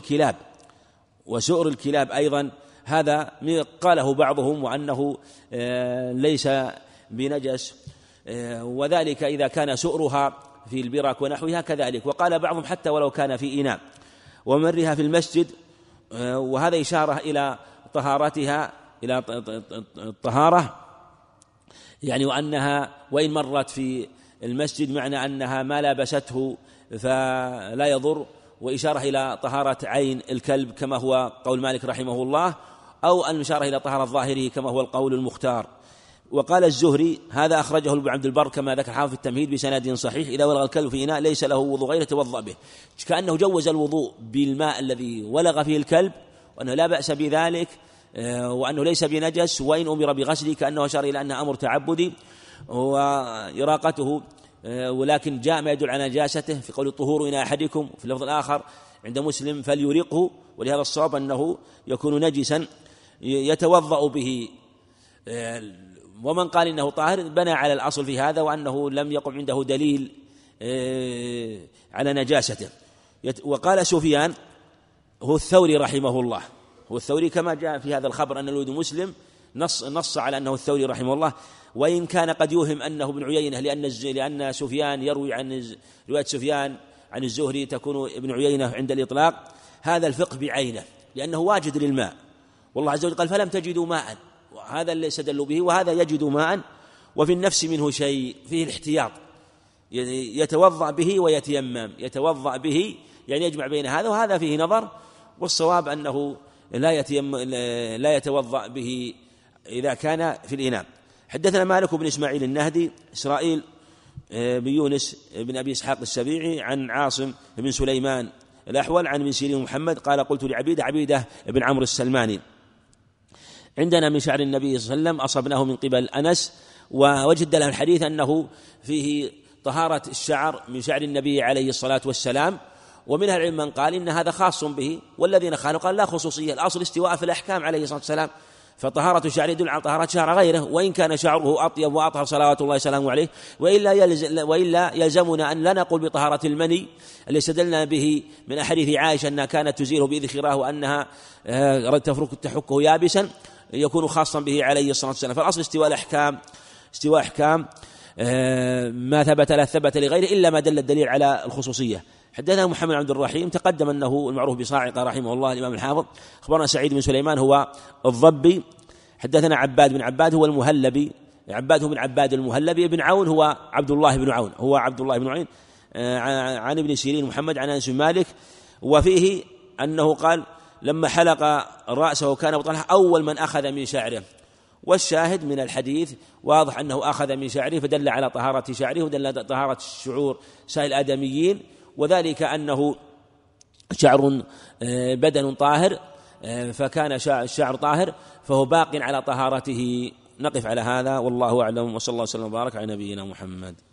وسؤر الكلاب أيضا هذا قاله بعضهم وأنه ليس بنجس، وذلك إذا كان سؤرها في البرك ونحوها كذلك. وقال بعضهم حتى ولو كان في إناء، ومرها في المسجد، وهذا إشارة إلى طهارتها، إلى الطهارة يعني، وأنها وإن مرت في المسجد معنى أنها ما لابسته فلا يضر، وإشارة إلى طهارة عين الكلب كما هو قول مالك رحمه الله، أو الإشارة إلى طهارة ظاهره كما هو القول المختار. وقال الزهري: هذا أخرجه ابن عبد البر كما ذكر حافظ التمهيد بسند صحيح: إذا ولغ الكلب في إناء ليس له وضوء غيره يتوضأ به، كأنه جوز الوضوء بالماء الذي ولغ فيه الكلب، وأنه لا بأس بذلك، وأنه ليس بنجس، وإن أمر بغسله كأنه أشار إلى أنه أمر تعبدي وإراقته، ولكن جاء ما يدل على نجاسته في قول: الطهور إن أحدكم، في اللفظ الآخر عند مسلم: فليرقه. ولهذا الصواب أنه يكون نجسا يتوضأ به. ومن قال إنه طاهر بنى على الأصل في هذا، وأنه لم يقم عنده دليل على نجاسته. وقال سفيان هو الثوري رحمه الله، هو الثوري كما جاء في هذا الخبر أن الولد مسلم نص على أنه الثوري رحمه الله، وإن كان قد يوهم أنه ابن عيينة، لأن سفيان يروي عن رواية سفيان عن الزهري تكون ابن عيينة عند الإطلاق. هذا الفقه بعينه، لأنه واجد للماء، والله عز وجل قال: فلم تجدوا ماء، وهذا اللي استدلوا به، وهذا يجد ماء وفي النفس منه شيء، فيه الاحتياط، يتوضأ به ويتيمم، يتوضأ به يعني يجمع بين هذا وهذا، فيه نظر، والصواب أنه لا يتوضأ به إذا كان في الإناء. حدثنا مالك بن إسماعيل النهدي. إسرائيل بن يونس بن أبي إسحاق السبيعي عن عاصم بن سليمان الأحول عن ابن سيرين محمد قال قلت عبيدة بن عمرو السلماني عندنا من شعر النبي صلى الله عليه وسلم أصبناه من قبل أنس. ووجد له الحديث أنه فيه طهارة الشعر من شعر النبي عليه الصلاة والسلام، ومنها العلم من قال إن هذا خاص به، والذين قالوا قال لا خصوصية، الأصل استواء في الأحكام عليه الصلاة والسلام، فطهارة الشعر يدل على طهارة شعر غيره، وإن كان شعره أطيب وأطهر صلوات الله وسلامه عليه، وإلا يلزمنا أن لا نقول بطهارة المني اللي استدلنا به من أحاديث عائشة أنها كانت تزيله بإذخراه وأنها تحكه يابسا، يكون خاصا به عليه الصلاة والسلام. فالأصل استواء أحكام ما ثبت لغيره إلا ما دل الدليل على الخصوصية. حدثنا محمد بن عبد الرحيم تقدم أنه المعروف بصاعقة رحمه الله الإمام الحافظ. أخبرنا سعيد بن سليمان هو الضبي. حدثنا عباد بن عباد هو المهلبي، عباد هو بن عباد المهلبي. ابن عون هو عبد الله بن عون عن ابن سيرين محمد عن أنس بن مالك. وفيه أنه قال لما حلق رأسه كان أبو طلحة أول من أخذ من شعره. والشاهد من الحديث واضح أنه أخذ من شعره، فدل على طهارة شعره ودل على طهارة الشعور سائر الآدميين، وذلك أنه شعر بدن طاهر، فكان الشعر طاهر فهو باق على طهارته. نقف على هذا والله أعلم، وصلى الله وسلم وبارك على نبينا محمد.